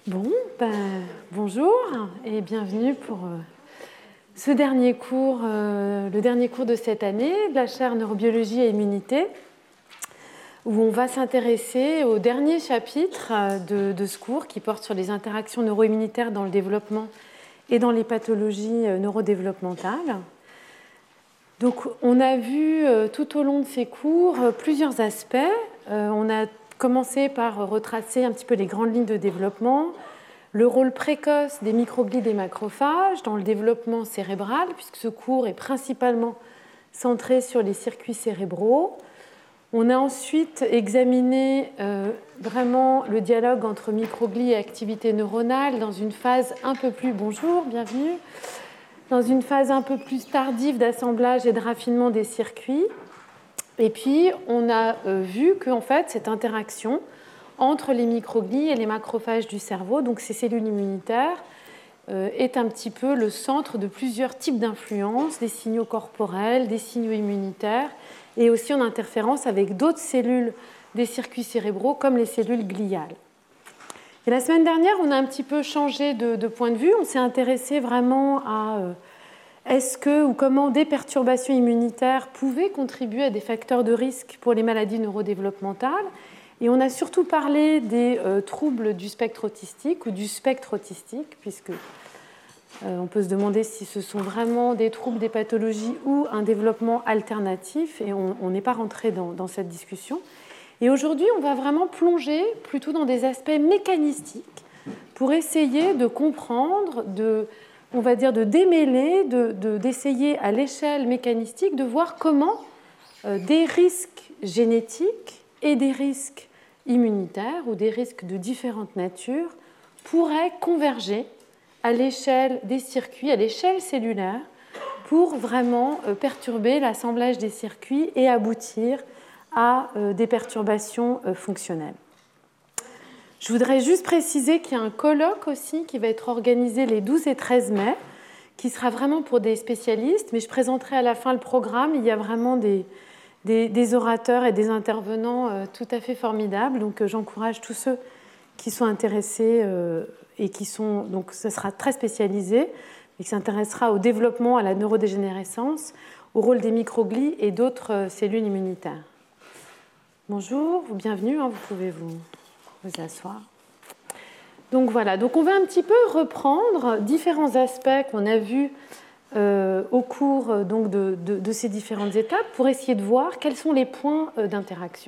Bon, bonjour et bienvenue pour ce dernier cours, le dernier cours de cette année de la chaire Neurobiologie et Immunité, où on va s'intéresser au dernier chapitre de ce cours qui porte sur les interactions neuroimmunitaires dans le développement et dans les pathologies neurodéveloppementales. Donc, on a vu tout au long de ces cours plusieurs aspects. On a commencé par retracer un petit peu les grandes lignes de développement, le rôle précoce des microglies des macrophages dans le développement cérébral, puisque ce cours est principalement centré sur les circuits cérébraux. On a ensuite examiné vraiment le dialogue entre microglies et activité neuronale dans une phase un peu plus, bonjour, bienvenue, dans une phase un peu plus tardive d'assemblage et de raffinement des circuits. Et puis, on a vu qu'en fait, cette interaction entre les microglies et les macrophages du cerveau, donc ces cellules immunitaires, est un petit peu le centre de plusieurs types d'influences, des signaux corporels, des signaux immunitaires, et aussi en interférence avec d'autres cellules des circuits cérébraux, comme les cellules gliales. Et la semaine dernière, on a un petit peu changé de point de vue. On s'est intéressé vraiment à est-ce que ou comment des perturbations immunitaires pouvaient contribuer à des facteurs de risque pour les maladies neurodéveloppementales. Et on a surtout parlé des troubles du spectre autistique ou du spectre autistique, puisque on peut se demander si ce sont vraiment des troubles, des pathologies ou un développement alternatif, et on n'est pas rentré dans cette discussion. Et aujourd'hui, on va vraiment plonger plutôt dans des aspects mécanistiques pour essayer de comprendre, on va dire de démêler, d'essayer à l'échelle mécanistique de voir comment des risques génétiques et des risques immunitaires ou des risques de différentes natures pourraient converger à l'échelle des circuits, à l'échelle cellulaire, pour vraiment perturber l'assemblage des circuits et aboutir à des perturbations fonctionnelles. Je voudrais juste préciser qu'il y a un colloque aussi qui va être organisé les 12 et 13 mai, qui sera vraiment pour des spécialistes, mais je présenterai à la fin le programme. Il y a vraiment des orateurs et des intervenants tout à fait formidables, donc j'encourage tous ceux qui sont intéressés et qui sont, donc ce sera très spécialisé, et qui s'intéressera au développement, à la neurodégénérescence, au rôle des microglies et d'autres cellules immunitaires. Bonjour, bienvenue, vous pouvez vous asseoir. Donc voilà, donc on va un petit peu reprendre différents aspects qu'on a vus au cours donc, de ces différentes étapes pour essayer de voir quels sont les points d'interaction.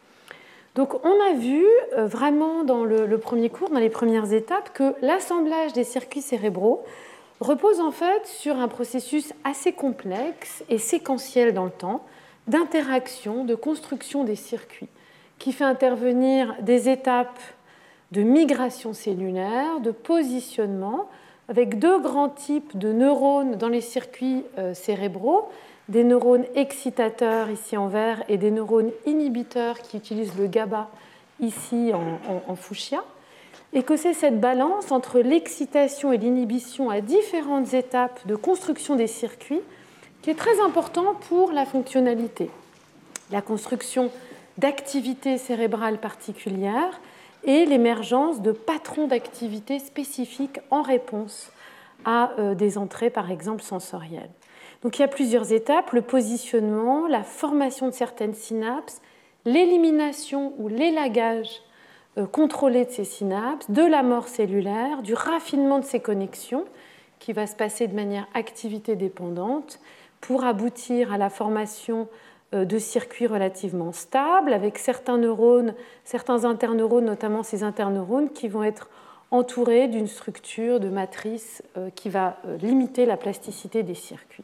Donc on a vu vraiment dans le premier cours, dans les premières étapes, que l'assemblage des circuits cérébraux repose en fait sur un processus assez complexe et séquentiel dans le temps d'interaction, de construction des circuits, qui fait intervenir des étapes de migration cellulaire, de positionnement, avec deux grands types de neurones dans les circuits cérébraux, des neurones excitateurs ici en vert et des neurones inhibiteurs qui utilisent le GABA ici en fuchsia, et que c'est cette balance entre l'excitation et l'inhibition à différentes étapes de construction des circuits qui est très important pour la fonctionnalité, la construction d'activités cérébrales particulières et l'émergence de patrons d'activité spécifiques en réponse à des entrées, par exemple, sensorielles. Donc il y a plusieurs étapes, le positionnement, la formation de certaines synapses, l'élimination ou l'élagage contrôlé de ces synapses, de la mort cellulaire, du raffinement de ces connexions qui va se passer de manière activité dépendante pour aboutir à la formation de circuits relativement stables avec certains neurones, certains interneurones, notamment ces interneurones qui vont être entourés d'une structure de matrice qui va limiter la plasticité des circuits.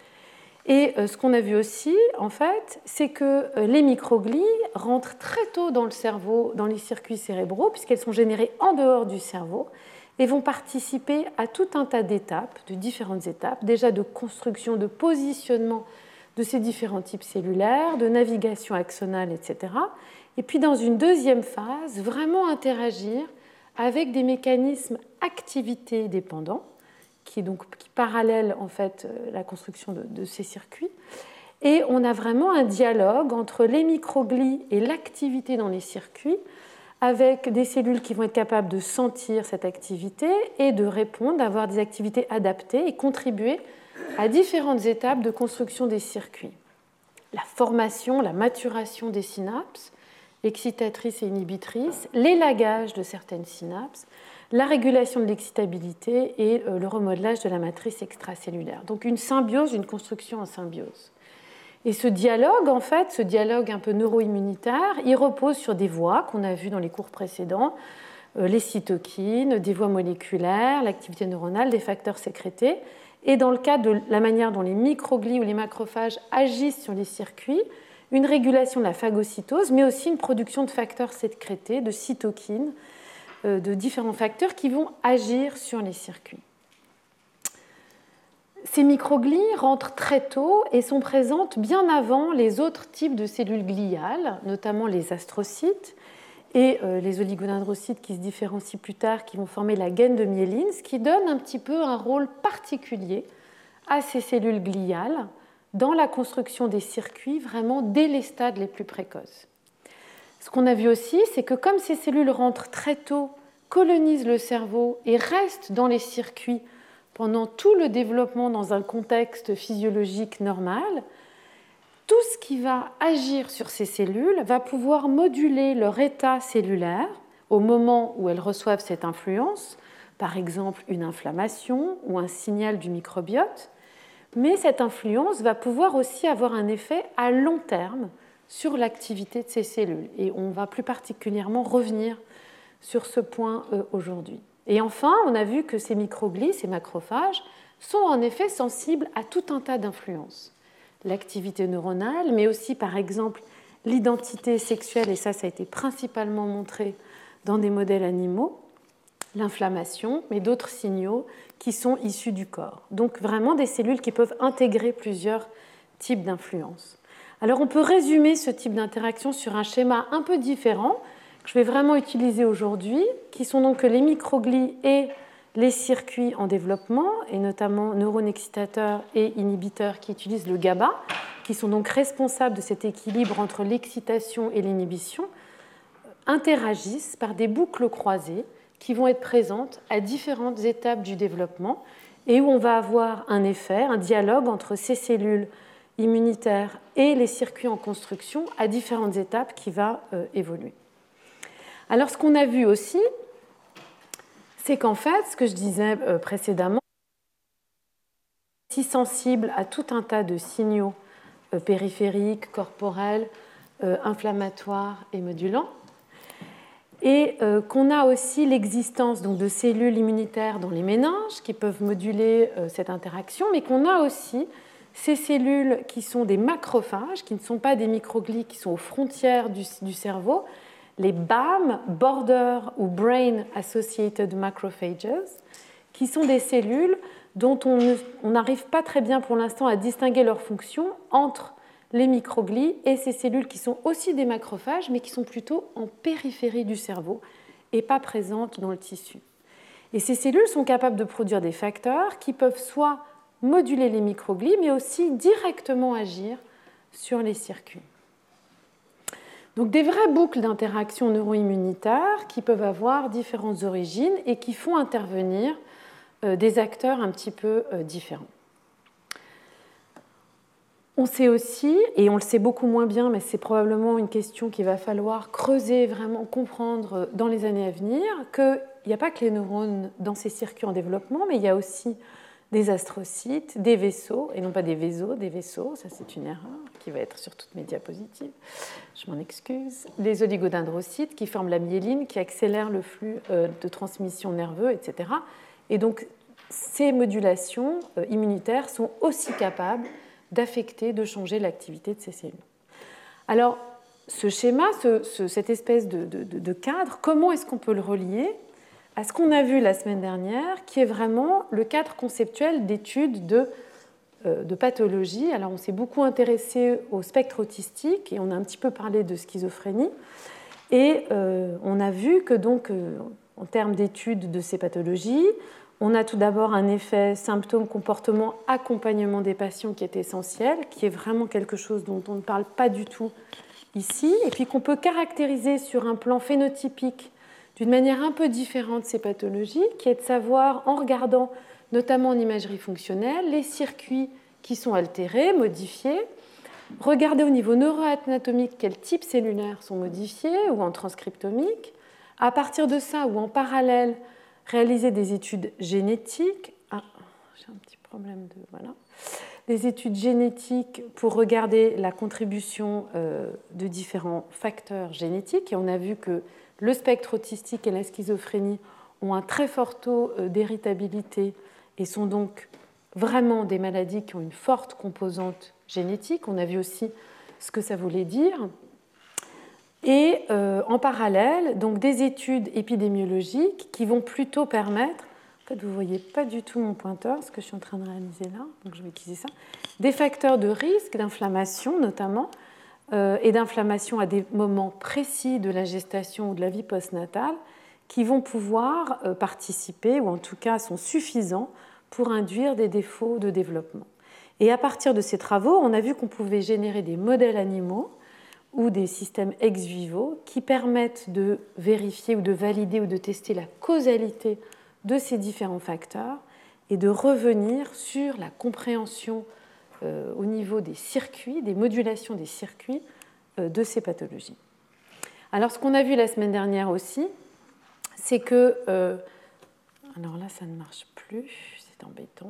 Et ce qu'on a vu aussi, en fait, c'est que les microglies rentrent très tôt dans le cerveau, dans les circuits cérébraux, puisqu'elles sont générées en dehors du cerveau et vont participer à tout un tas d'étapes, de différentes étapes, déjà de construction, de positionnement de ces différents types cellulaires, de navigation axonale, etc. Et puis dans une deuxième phase, vraiment interagir avec des mécanismes activité dépendants, qui parallèlent en fait la construction de ces circuits. Et on a vraiment un dialogue entre les microglies et l'activité dans les circuits, avec des cellules qui vont être capables de sentir cette activité et de répondre, d'avoir des activités adaptées et contribuer à différentes étapes de construction des circuits. La formation, la maturation des synapses, excitatrices et inhibitrices, l'élagage de certaines synapses, la régulation de l'excitabilité et le remodelage de la matrice extracellulaire. Donc une symbiose, une construction en symbiose. Et ce dialogue, en fait, ce dialogue un peu neuro-immunitaire, il repose sur des voies qu'on a vues dans les cours précédents, les cytokines, des voies moléculaires, l'activité neuronale, des facteurs sécrétés. Et dans le cas de la manière dont les microglies ou les macrophages agissent sur les circuits, une régulation de la phagocytose, mais aussi une production de facteurs sécrétés, de cytokines, de différents facteurs qui vont agir sur les circuits. Ces microglies rentrent très tôt et sont présentes bien avant les autres types de cellules gliales, notamment les astrocytes et les oligodendrocytes qui se différencient plus tard, qui vont former la gaine de myéline, ce qui donne un petit peu un rôle particulier à ces cellules gliales dans la construction des circuits vraiment dès les stades les plus précoces. Ce qu'on a vu aussi, c'est que comme ces cellules rentrent très tôt, colonisent le cerveau et restent dans les circuits pendant tout le développement dans un contexte physiologique normal, tout ce qui va agir sur ces cellules va pouvoir moduler leur état cellulaire au moment où elles reçoivent cette influence, par exemple une inflammation ou un signal du microbiote, mais cette influence va pouvoir aussi avoir un effet à long terme sur l'activité de ces cellules. Et on va plus particulièrement revenir sur ce point aujourd'hui. Et enfin, on a vu que ces microglies, ces macrophages, sont en effet sensibles à tout un tas d'influences. L'activité neuronale, mais aussi par exemple l'identité sexuelle, et ça a été principalement montré dans des modèles animaux, l'inflammation, mais d'autres signaux qui sont issus du corps. Donc vraiment des cellules qui peuvent intégrer plusieurs types d'influences. Alors on peut résumer ce type d'interaction sur un schéma un peu différent, que je vais vraiment utiliser aujourd'hui, qui sont donc les microglies et les circuits en développement, et notamment neurones excitateurs et inhibiteurs qui utilisent le GABA, qui sont donc responsables de cet équilibre entre l'excitation et l'inhibition, interagissent par des boucles croisées qui vont être présentes à différentes étapes du développement et où on va avoir un effet, un dialogue entre ces cellules immunitaires et les circuits en construction à différentes étapes qui va évoluer. Alors, ce qu'on a vu aussi, c'est qu'en fait, ce que je disais précédemment, si sensible à tout un tas de signaux périphériques, corporels, inflammatoires et modulants, et qu'on a aussi l'existence donc, de cellules immunitaires dans les méninges qui peuvent moduler cette interaction, mais qu'on a aussi ces cellules qui sont des macrophages, qui ne sont pas des microglies, qui sont aux frontières du cerveau, les BAM, Border ou Brain Associated Macrophages, qui sont des cellules dont on n'arrive pas très bien pour l'instant à distinguer leur fonction entre les microglies et ces cellules qui sont aussi des macrophages, mais qui sont plutôt en périphérie du cerveau et pas présentes dans le tissu. Et ces cellules sont capables de produire des facteurs qui peuvent soit moduler les microglies, mais aussi directement agir sur les circuits. Donc des vraies boucles d'interaction neuro-immunitaire qui peuvent avoir différentes origines et qui font intervenir des acteurs un petit peu différents. On sait aussi, et on le sait beaucoup moins bien, mais c'est probablement une question qu'il va falloir creuser, vraiment comprendre dans les années à venir, qu'il n'y a pas que les neurones dans ces circuits en développement, mais il y a aussi des astrocytes, des vaisseaux, et non pas des vaisseaux, ça c'est une erreur qui va être sur toutes mes diapositives, je m'en excuse, les oligodendrocytes qui forment la myéline, qui accélèrent le flux de transmission nerveux, etc. Et donc ces modulations immunitaires sont aussi capables d'affecter, de changer l'activité de ces cellules. Alors ce schéma, cette espèce de cadre, comment est-ce qu'on peut le relier à ce qu'on a vu la semaine dernière, qui est vraiment le cadre conceptuel d'études de pathologie. Alors, on s'est beaucoup intéressé au spectre autistique et on a un petit peu parlé de schizophrénie. Et on a vu que, donc, en termes d'études de ces pathologies, on a tout d'abord un effet symptômes, comportement, accompagnement des patients qui est essentiel, qui est vraiment quelque chose dont on ne parle pas du tout ici, et puis qu'on peut caractériser sur un plan phénotypique d'une manière un peu différente ces pathologies, qui est de savoir, en regardant notamment en imagerie fonctionnelle, les circuits qui sont altérés, modifiés, regarder au niveau neuroanatomique quels types cellulaires sont modifiés ou en transcriptomique, à partir de ça ou en parallèle réaliser des études génétiques. Ah, j'ai un petit problème de... Voilà. Des études génétiques pour regarder la contribution de différents facteurs génétiques. Et on a vu que le spectre autistique et la schizophrénie ont un très fort taux d'héritabilité et sont donc vraiment des maladies qui ont une forte composante génétique. On a vu aussi ce que ça voulait dire. Et en parallèle, donc des études épidémiologiques qui vont plutôt permettre, en fait vous ne voyez pas du tout mon pointeur, ce que je suis en train de réaliser là, donc je vais utiliser ça, des facteurs de risque d'inflammation notamment, et d'inflammation à des moments précis de la gestation ou de la vie postnatale, qui vont pouvoir participer, ou en tout cas sont suffisants pour induire des défauts de développement. Et à partir de ces travaux, on a vu qu'on pouvait générer des modèles animaux ou des systèmes ex vivo qui permettent de vérifier ou de valider ou de tester la causalité de ces différents facteurs et de revenir sur la compréhension au niveau des circuits, des modulations des circuits de ces pathologies. Alors ce qu'on a vu la semaine dernière aussi, c'est que... alors là, ça ne marche plus, c'est embêtant.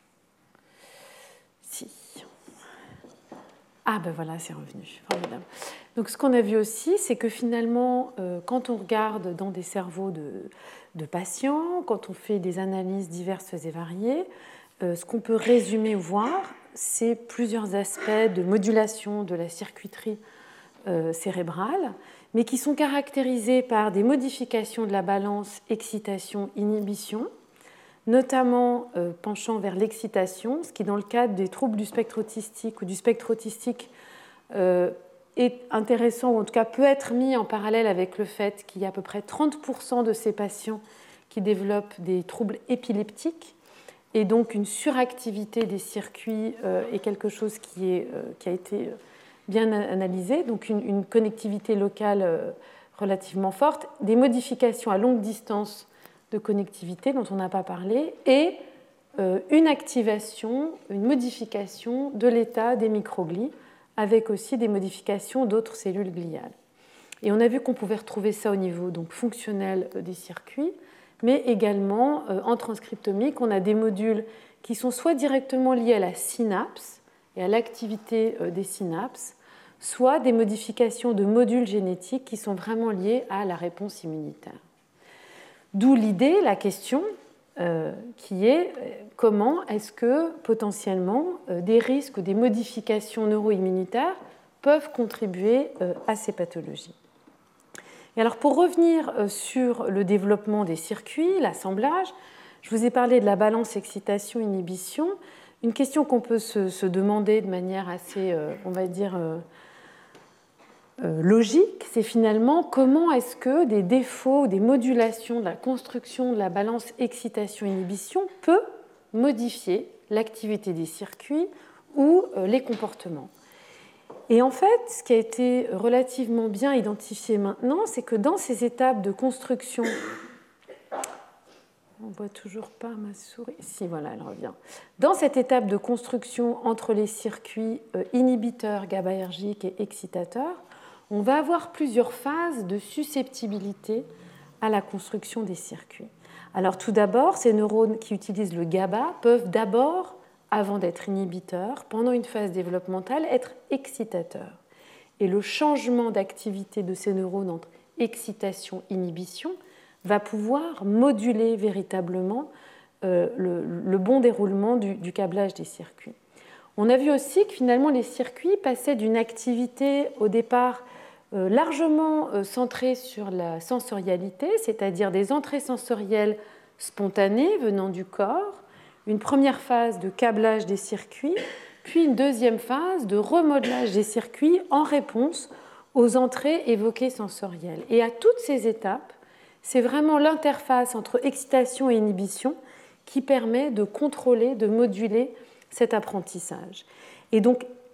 Si. Ah ben voilà, c'est revenu, formidable. Donc ce qu'on a vu aussi, c'est que finalement, quand on regarde dans des cerveaux de patients, quand on fait des analyses diverses et variées, ce qu'on peut résumer ou voir, c'est plusieurs aspects de modulation de la circuiterie cérébrale, mais qui sont caractérisés par des modifications de la balance excitation-inhibition, notamment penchant vers l'excitation, ce qui, dans le cadre des troubles du spectre autistique ou du spectre autistique, est intéressant, ou en tout cas peut être mis en parallèle avec le fait qu'il y a à peu près 30% de ces patients qui développent des troubles épileptiques, et donc une suractivité des circuits est quelque chose qui a été bien analysé, donc une connectivité locale relativement forte, des modifications à longue distance de connectivité dont on n'a pas parlé, et une activation, une modification de l'état des microglies, avec aussi des modifications d'autres cellules gliales. Et on a vu qu'on pouvait retrouver ça au niveau donc, fonctionnel des circuits, mais également en transcriptomique, on a des modules qui sont soit directement liés à la synapse et à l'activité des synapses, soit des modifications de modules génétiques qui sont vraiment liés à la réponse immunitaire. D'où l'idée, la question, qui est comment est-ce que potentiellement des risques ou des modifications neuroimmunitaires peuvent contribuer à ces pathologies. Et alors pour revenir sur le développement des circuits, l'assemblage, je vous ai parlé de la balance excitation-inhibition. Une question qu'on peut se demander de manière assez, on va dire, logique, c'est finalement comment est-ce que des défauts, des modulations de la construction de la balance excitation-inhibition peut modifier l'activité des circuits ou les comportements. Et en fait, ce qui a été relativement bien identifié maintenant, c'est que dans ces étapes de construction, on ne voit toujours pas ma souris, si voilà, elle revient. Dans cette étape de construction entre les circuits inhibiteurs, GABAergiques et excitateurs, on va avoir plusieurs phases de susceptibilité à la construction des circuits. Alors tout d'abord, ces neurones qui utilisent le GABA peuvent d'abord, avant d'être inhibiteurs, pendant une phase développementale, être excitateurs. Et le changement d'activité de ces neurones entre excitation-inhibition va pouvoir moduler véritablement le bon déroulement du câblage des circuits. On a vu aussi que finalement les circuits passaient d'une activité au départ largement centrée sur la sensorialité, c'est-à-dire des entrées sensorielles spontanées venant du corps, une première phase de câblage des circuits, puis une deuxième phase de remodelage des circuits en réponse aux entrées évoquées sensorielles. Et à toutes ces étapes, c'est vraiment l'interface entre excitation et inhibition qui permet de contrôler, de moduler cet apprentissage. Et donc,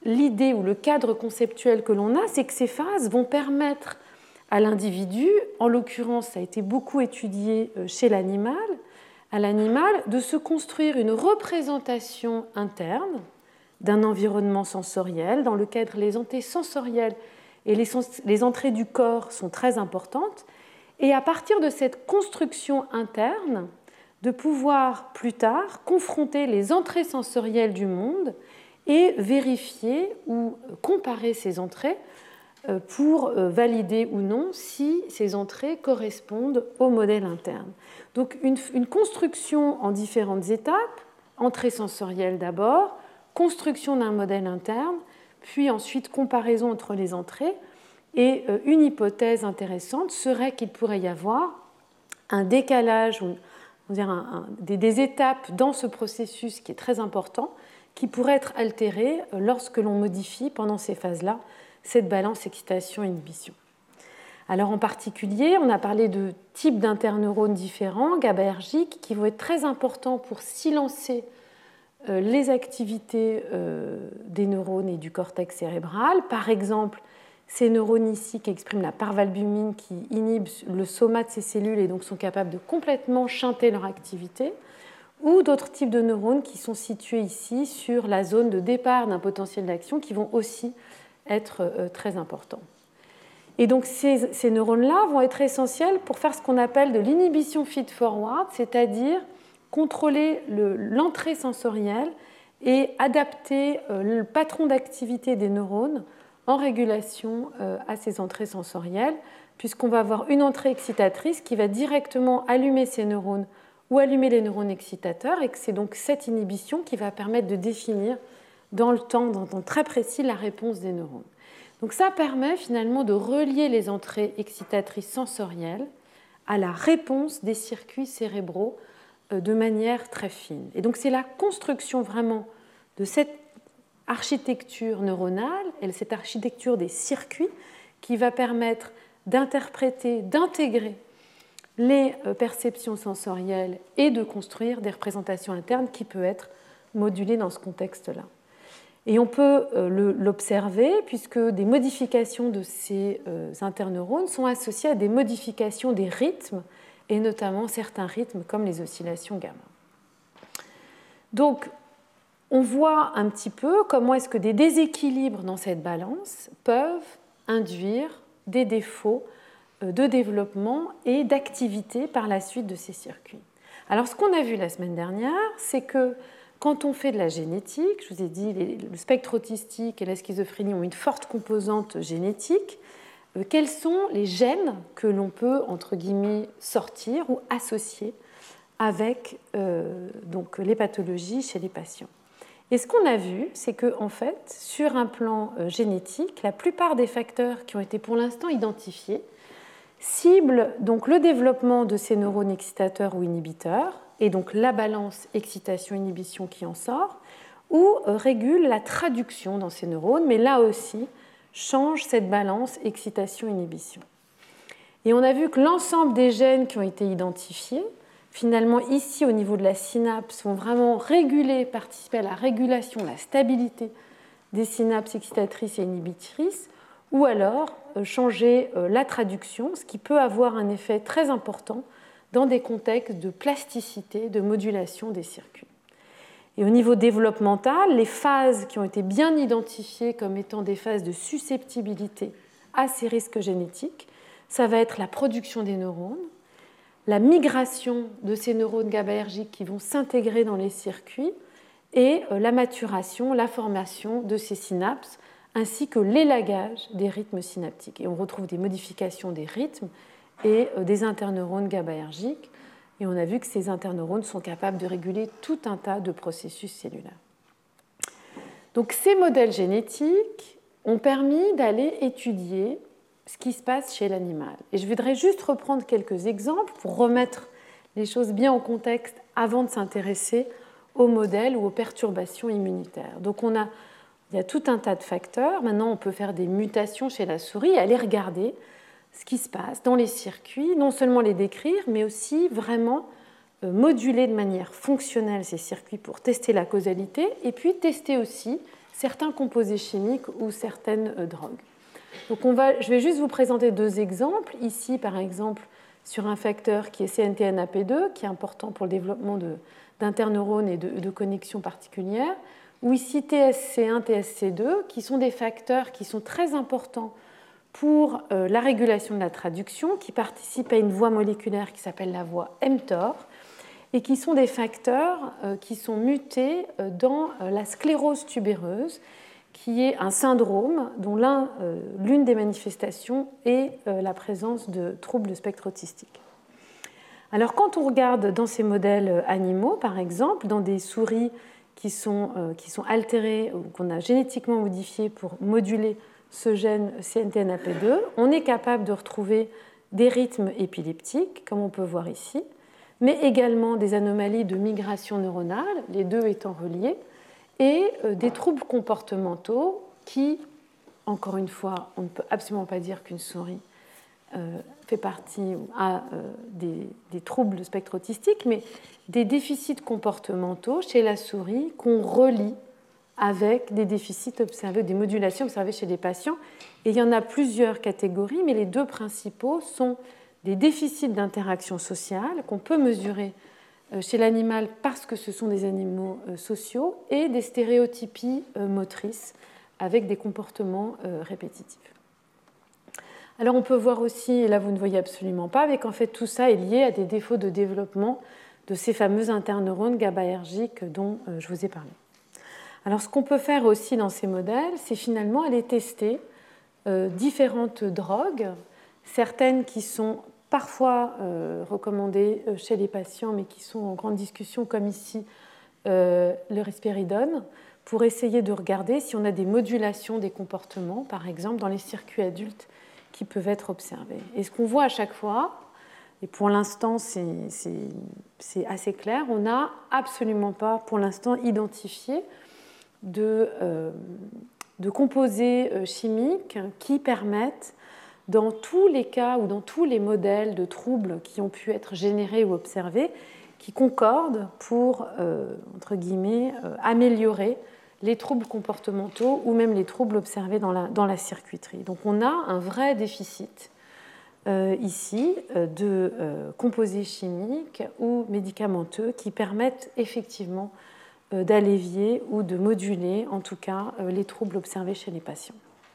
l'idée ou le cadre conceptuel que l'on a, c'est que ces phases vont permettre à l'individu, en l'occurrence ça a été beaucoup étudié chez l'animal, à l'animal de se construire une représentation interne d'un environnement sensoriel dans lequel les entrées sensorielles et les entrées du corps sont très importantes, et à partir de cette construction interne, de pouvoir plus tard confronter les entrées sensorielles du monde et vérifier ou comparer ces entrées pour valider ou non si ces entrées correspondent au modèle interne. Donc une construction en différentes étapes, entrée sensorielle d'abord, construction d'un modèle interne, puis ensuite comparaison entre les entrées. Et une hypothèse intéressante serait qu'il pourrait y avoir un décalage, on va dire des étapes dans ce processus qui est très important, qui pourrait être altéré lorsque l'on modifie pendant ces phases-là cette balance excitation-inhibition. Alors en particulier, on a parlé de types d'interneurones différents, GABAergiques, qui vont être très importants pour silencer les activités des neurones et du cortex cérébral. Par exemple, ces neurones ici qui expriment la parvalbumine, qui inhibent le soma de ces cellules et donc sont capables de complètement chanter leur activité, ou d'autres types de neurones qui sont situés ici sur la zone de départ d'un potentiel d'action qui vont aussi être très importants. Et donc ces neurones-là vont être essentiels pour faire ce qu'on appelle de l'inhibition feed-forward, c'est-à-dire contrôler l'entrée sensorielle et adapter le patron d'activité des neurones en régulation à ces entrées sensorielles, puisqu'on va avoir une entrée excitatrice qui va directement allumer ces neurones ou allumer les neurones excitateurs, et que c'est donc cette inhibition qui va permettre de définir dans le temps très précis la réponse des neurones. Donc ça permet finalement de relier les entrées excitatrices sensorielles à la réponse des circuits cérébraux de manière très fine. Et donc c'est la construction vraiment de cette architecture neuronale et cette architecture des circuits qui va permettre d'interpréter, d'intégrer les perceptions sensorielles et de construire des représentations internes qui peuvent être modulées dans ce contexte-là. Et on peut l'observer puisque des modifications de ces interneurones sont associées à des modifications des rythmes et notamment certains rythmes comme les oscillations gamma. Donc, on voit un petit peu comment est-ce que des déséquilibres dans cette balance peuvent induire des défauts de développement et d'activité par la suite de ces circuits. Alors, ce qu'on a vu la semaine dernière, c'est que quand on fait de la génétique, je vous ai dit, le spectre autistique et la schizophrénie ont une forte composante génétique. Quels sont les gènes que l'on peut, entre guillemets, sortir ou associer avec donc les pathologies chez les patients? Et ce qu'on a vu, c'est qu'en fait, sur un plan génétique, la plupart des facteurs qui ont été pour l'instant identifiés ciblent donc le développement de ces neurones excitateurs ou inhibiteurs, et donc la balance excitation-inhibition qui en sort, ou régulent la traduction dans ces neurones, mais là aussi change cette balance excitation-inhibition. Et on a vu que l'ensemble des gènes qui ont été identifiés, finalement ici au niveau de la synapse, vont vraiment réguler, participer à la régulation, la stabilité des synapses excitatrices et inhibitrices, ou alors changer la traduction, ce qui peut avoir un effet très important dans des contextes de plasticité, de modulation des circuits. Et au niveau développemental, les phases qui ont été bien identifiées comme étant des phases de susceptibilité à ces risques génétiques, ça va être la production des neurones, la migration de ces neurones GABAergiques qui vont s'intégrer dans les circuits et la maturation, la formation de ces synapses, ainsi que l'élagage des rythmes synaptiques. Et on retrouve des modifications des rythmes et des interneurones GABAergiques. Et on a vu que ces interneurones sont capables de réguler tout un tas de processus cellulaires. Donc ces modèles génétiques ont permis d'aller étudier ce qui se passe chez l'animal. Et je voudrais juste reprendre quelques exemples pour remettre les choses bien en contexte avant de s'intéresser aux modèles ou aux perturbations immunitaires. Donc il y a tout un tas de facteurs. Maintenant, on peut faire des mutations chez la souris et aller regarder ce qui se passe dans les circuits, non seulement les décrire, mais aussi vraiment moduler de manière fonctionnelle ces circuits pour tester la causalité et puis tester aussi certains composés chimiques ou certaines drogues. Donc je vais juste vous présenter deux exemples. Ici, par exemple, sur un facteur qui est CNTNAP2, qui est important pour le développement d'interneurones et de connexions particulières, ou ici TSC1, TSC2, qui sont des facteurs qui sont très importants pour la régulation de la traduction, qui participent à une voie moléculaire qui s'appelle la voie mTOR, et qui sont des facteurs qui sont mutés dans la sclérose tubéreuse, qui est un syndrome dont l'une des manifestations est la présence de troubles de spectre autistique. Alors quand on regarde dans ces modèles animaux, par exemple, dans des souris qui sont altérées ou qu'on a génétiquement modifiées pour moduler ce gène CNTNAP2, on est capable de retrouver des rythmes épileptiques, comme on peut voir ici, mais également des anomalies de migration neuronale, les deux étant reliés, et des troubles comportementaux qui, encore une fois, on ne peut absolument pas dire qu'une souris fait partie ou a des troubles de spectre autistique, mais des déficits comportementaux chez la souris qu'on relie avec des déficits observés, des modulations observées chez les patients. Et il y en a plusieurs catégories, mais les deux principaux sont des déficits d'interaction sociale qu'on peut mesurer chez l'animal parce que ce sont des animaux sociaux et des stéréotypies motrices avec des comportements répétitifs. Alors on peut voir aussi, et là vous ne voyez absolument pas, mais qu'en fait tout ça est lié à des défauts de développement de ces fameux interneurones GABAergiques dont je vous ai parlé. Alors ce qu'on peut faire aussi dans ces modèles, c'est finalement aller tester différentes drogues, certaines qui sont parfois recommandées chez les patients, mais qui sont en grande discussion, comme ici le risperidone, pour essayer de regarder si on a des modulations des comportements, par exemple dans les circuits adultes, qui peuvent être observés. Et ce qu'on voit à chaque fois, et pour l'instant c'est assez clair, on n'a absolument pas pour l'instant identifié de composés chimiques qui permettent, dans tous les cas ou dans tous les modèles de troubles qui ont pu être générés ou observés, qui concordent pour, entre guillemets, améliorer les troubles comportementaux ou même les troubles observés dans la circuiterie. Donc on a un vrai déficit ici de composés chimiques ou médicamenteux qui permettent effectivement d'allévier ou de moduler en tout cas les troubles observés chez les patients.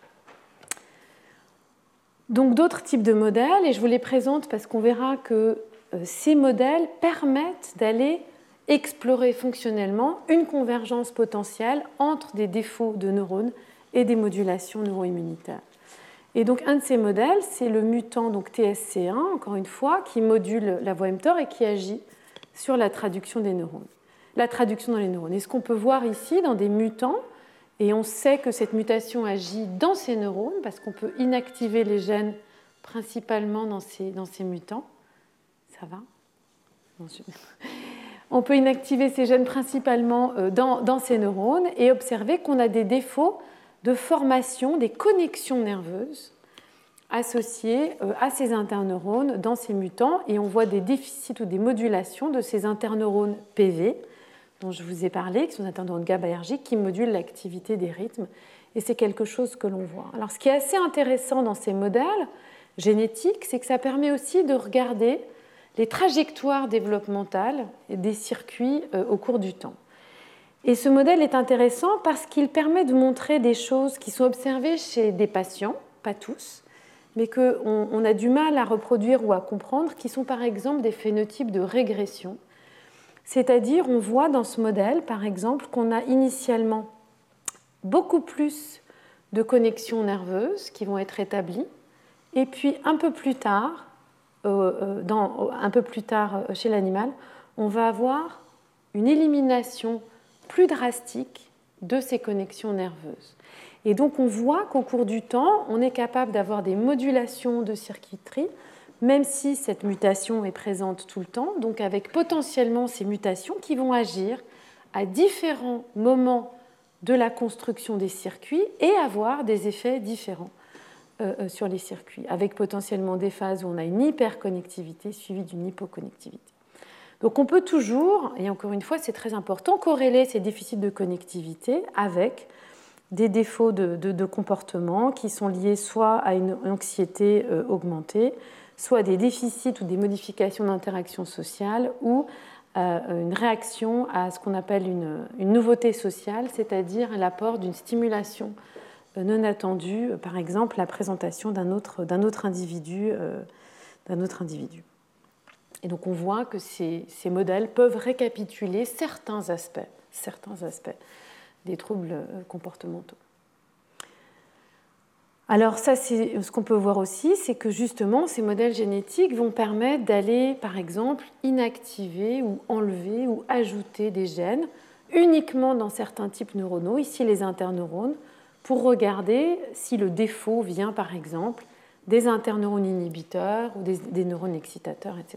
Donc d'autres types de modèles, et je vous les présente parce qu'on verra que ces modèles permettent d'aller explorer fonctionnellement une convergence potentielle entre des défauts de neurones et des modulations neuro-immunitaires. Et donc un de ces modèles, c'est le mutant donc TSC1, encore une fois, qui module la voie mTOR et qui agit sur la traduction des neurones. La traduction dans les neurones. Et ce qu'on peut voir ici dans des mutants, et on sait que cette mutation agit dans ces neurones, parce qu'on peut inactiver les gènes principalement dans ces mutants. Ça va ? On peut inactiver ces gènes principalement dans ces neurones et observer qu'on a des défauts de formation des connexions nerveuses associées à ces interneurones dans ces mutants, et on voit des déficits ou des modulations de ces interneurones PV dont je vous ai parlé, qui sont des interneurones GABAergiques qui modulent l'activité des rythmes, et c'est quelque chose que l'on voit. Alors ce qui est assez intéressant dans ces modèles génétiques, c'est que ça permet aussi de regarder les trajectoires développementales des circuits au cours du temps. Et ce modèle est intéressant parce qu'il permet de montrer des choses qui sont observées chez des patients, pas tous, mais qu'on a du mal à reproduire ou à comprendre, qui sont par exemple des phénotypes de régression. C'est-à-dire, on voit dans ce modèle, par exemple, qu'on a initialement beaucoup plus de connexions nerveuses qui vont être établies, et puis un peu plus tard chez l'animal, on va avoir une élimination plus drastique de ces connexions nerveuses. Et donc on voit qu'au cours du temps, on est capable d'avoir des modulations de circuiterie, même si cette mutation est présente tout le temps, donc avec potentiellement ces mutations qui vont agir à différents moments de la construction des circuits et avoir des effets différents sur les circuits, avec potentiellement des phases où on a une hyperconnectivité suivie d'une hypoconnectivité. Donc on peut toujours, et encore une fois c'est très important, corréler ces déficits de connectivité avec des défauts de comportement qui sont liés soit à une anxiété augmentée, soit à des déficits ou des modifications d'interaction sociale ou une réaction à ce qu'on appelle une nouveauté sociale, c'est-à-dire l'apport d'une stimulation non attendue, par exemple la présentation d'un autre individu. Et donc on voit que ces modèles peuvent récapituler certains aspects des troubles comportementaux. Alors ça, c'est ce qu'on peut voir aussi, c'est que justement ces modèles génétiques vont permettre d'aller, par exemple, inactiver ou enlever ou ajouter des gènes uniquement dans certains types neuronaux, ici les interneurones, pour regarder si le défaut vient, par exemple, des interneurones inhibiteurs ou des neurones excitateurs, etc.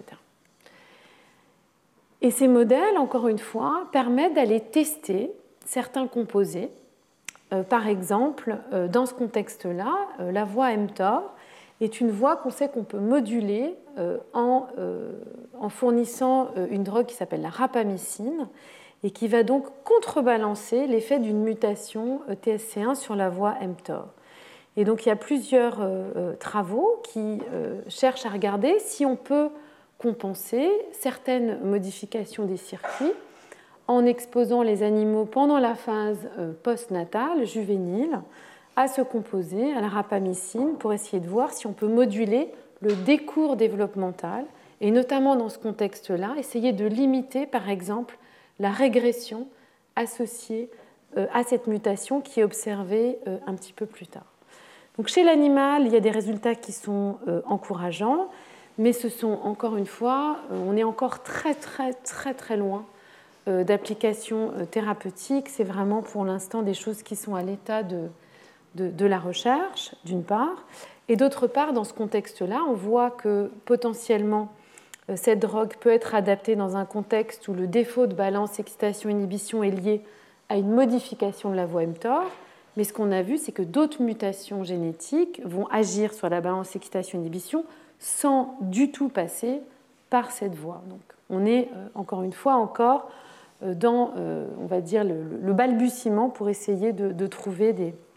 Et ces modèles, encore une fois, permettent d'aller tester certains composés. Par exemple, dans ce contexte-là, la voie mTOR est une voie qu'on sait qu'on peut moduler en fournissant une drogue qui s'appelle la rapamycine et qui va donc contrebalancer l'effet d'une mutation TSC1 sur la voie mTOR. Et donc il y a plusieurs travaux qui cherchent à regarder si on peut compenser certaines modifications des circuits en exposant les animaux pendant la phase postnatale, juvénile, à ce composé, à la rapamycine, pour essayer de voir si on peut moduler le décours développemental, et notamment dans ce contexte-là, essayer de limiter, par exemple, la régression associée à cette mutation qui est observée un petit peu plus tard. Donc, chez l'animal, il y a des résultats qui sont encourageants, mais ce sont, encore une fois, on est encore très loin d'applications thérapeutiques. C'est vraiment pour l'instant des choses qui sont à l'état de la recherche, d'une part. Et d'autre part, dans ce contexte-là, on voit que potentiellement, cette drogue peut être adaptée dans un contexte où le défaut de balance excitation-inhibition est lié à une modification de la voie mTOR. Mais ce qu'on a vu, c'est que d'autres mutations génétiques vont agir sur la balance excitation-inhibition sans du tout passer par cette voie. Donc, on est, encore une fois, encore dans, on va dire, le balbutiement pour essayer de trouver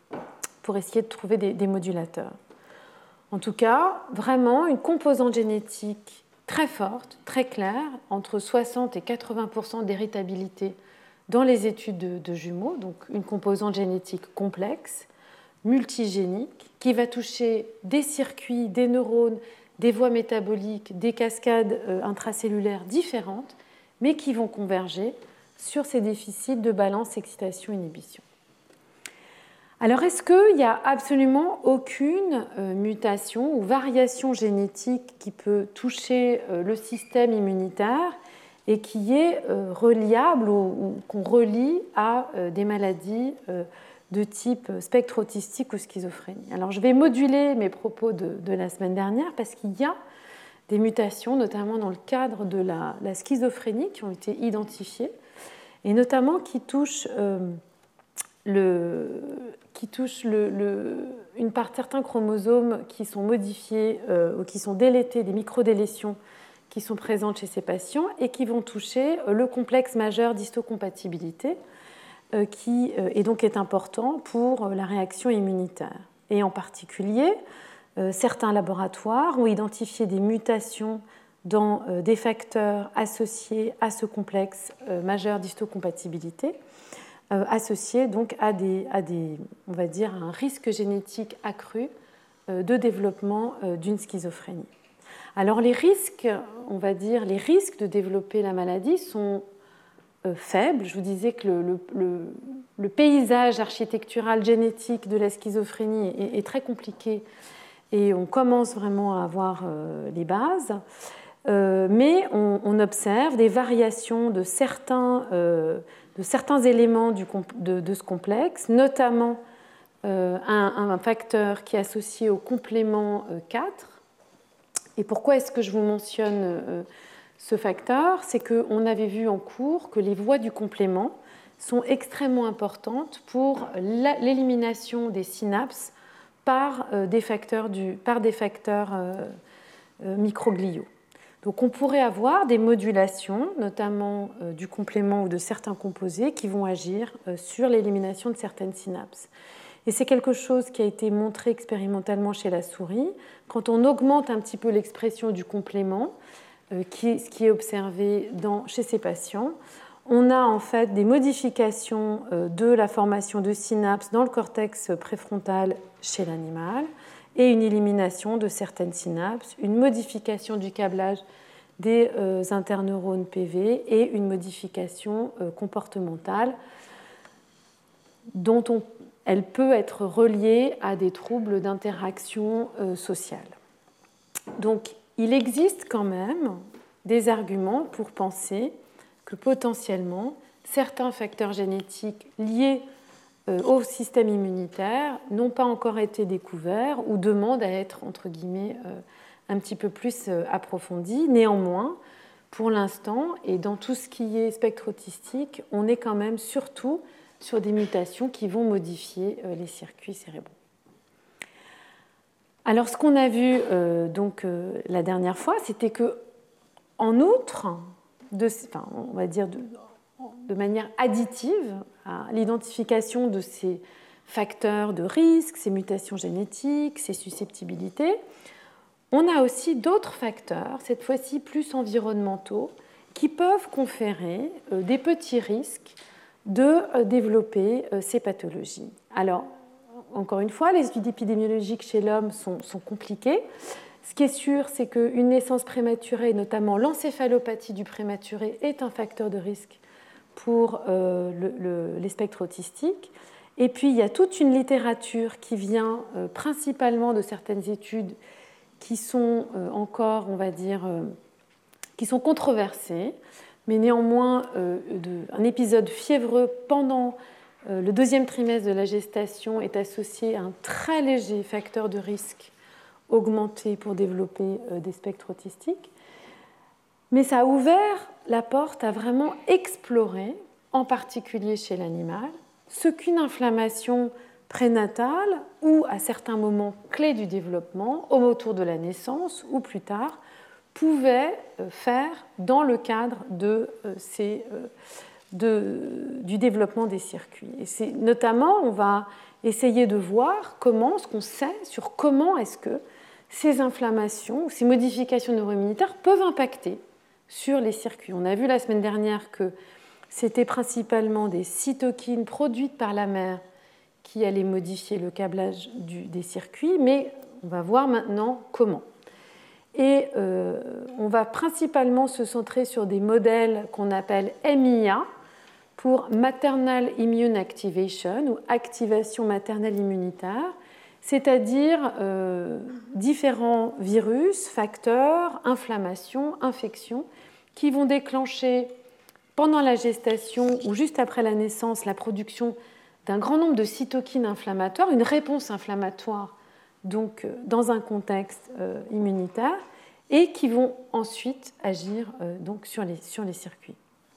des modulateurs. En tout cas, vraiment une composante génétique très forte, très claire, entre 60 et 80% d'héritabilité dans les études de jumeaux, donc une composante génétique complexe, multigénique, qui va toucher des circuits, des neurones, des voies métaboliques, des cascades intracellulaires différentes, mais qui vont converger sur ces déficits de balance excitation-inhibition. Alors, est-ce qu'il n'y a absolument aucune mutation ou variation génétique qui peut toucher le système immunitaire et qui est reliable ou qu'on relie à des maladies de type spectre autistique ou schizophrénie? Alors, je vais moduler mes propos de la semaine dernière parce qu'il y a des mutations, notamment dans le cadre de la schizophrénie, qui ont été identifiées, et notamment qui touchent certains chromosomes qui sont modifiés ou qui sont délétés, des microdélétions qui sont présentes chez ces patients et qui vont toucher le complexe majeur d'histocompatibilité qui est important pour la réaction immunitaire. Et en particulier, certains laboratoires ont identifié des mutations dans des facteurs associés à ce complexe majeur d'histocompatibilité, associés donc à on va dire, un risque génétique accru de développement d'une schizophrénie. Alors les risques, on va dire, les risques de développer la maladie sont faibles. Je vous disais que le paysage architectural génétique de la schizophrénie est très compliqué et on commence vraiment à avoir les bases. Mais on observe des variations de certains éléments de ce complexe, notamment un facteur qui est associé au complément 4. Et pourquoi est-ce que je vous mentionne ce facteur? C'est qu'on avait vu en cours que les voies du complément sont extrêmement importantes pour l'élimination des synapses par des facteurs microgliaux. Donc on pourrait avoir des modulations, notamment du complément ou de certains composés, qui vont agir sur l'élimination de certaines synapses. Et c'est quelque chose qui a été montré expérimentalement chez la souris. Quand on augmente un petit peu l'expression du complément, ce qui est observé chez ces patients, on a en fait des modifications de la formation de synapses dans le cortex préfrontal chez l'animal et une élimination de certaines synapses, une modification du câblage des interneurones PV et une modification comportementale dont elle peut être reliée à des troubles d'interaction sociale. Donc, il existe quand même des arguments pour penser que potentiellement certains facteurs génétiques liés au système immunitaire n'ont pas encore été découverts ou demandent à être, entre guillemets, un petit peu plus approfondis. Néanmoins, pour l'instant, et dans tout ce qui est spectre autistique, on est quand même surtout sur des mutations qui vont modifier les circuits cérébraux. Alors, ce qu'on a vu la dernière fois, c'était que, en outre, on va dire de manière additive à l'identification de ces facteurs de risque, ces mutations génétiques, ces susceptibilités, on a aussi d'autres facteurs, cette fois-ci plus environnementaux, qui peuvent conférer des petits risques de développer ces pathologies. Alors, encore une fois, les études épidémiologiques chez l'homme sont compliquées. Ce qui est sûr, c'est qu'une naissance prématurée, notamment l'encéphalopathie du prématuré, est un facteur de risque pour les spectres autistiques. Et puis, il y a toute une littérature qui vient principalement de certaines études qui sont encore, on va dire, qui sont controversées, mais néanmoins, un épisode fiévreux pendant le deuxième trimestre de la gestation est associé à un très léger facteur de risque augmenté pour développer des spectres autistiques. Mais ça a ouvert la porte à vraiment explorer, en particulier chez l'animal, ce qu'une inflammation prénatale ou à certains moments clés du développement, autour de la naissance ou plus tard, pouvait faire dans le cadre du développement des circuits. Et notamment, on va essayer de voir ce qu'on sait sur comment est-ce que ces inflammations ou ces modifications neuroimmunitaires peuvent impacter sur les circuits. On a vu la semaine dernière que c'était principalement des cytokines produites par la mère qui allaient modifier le câblage des circuits, mais on va voir maintenant comment. Et on va principalement se centrer sur des modèles qu'on appelle MIA, pour Maternal Immune Activation ou activation maternelle immunitaire, c'est-à-dire différents virus, facteurs, inflammations, infections qui vont déclencher pendant la gestation ou juste après la naissance la production d'un grand nombre de cytokines inflammatoires, une réponse inflammatoire donc, dans un contexte immunitaire et qui vont ensuite agir donc, sur les circuits.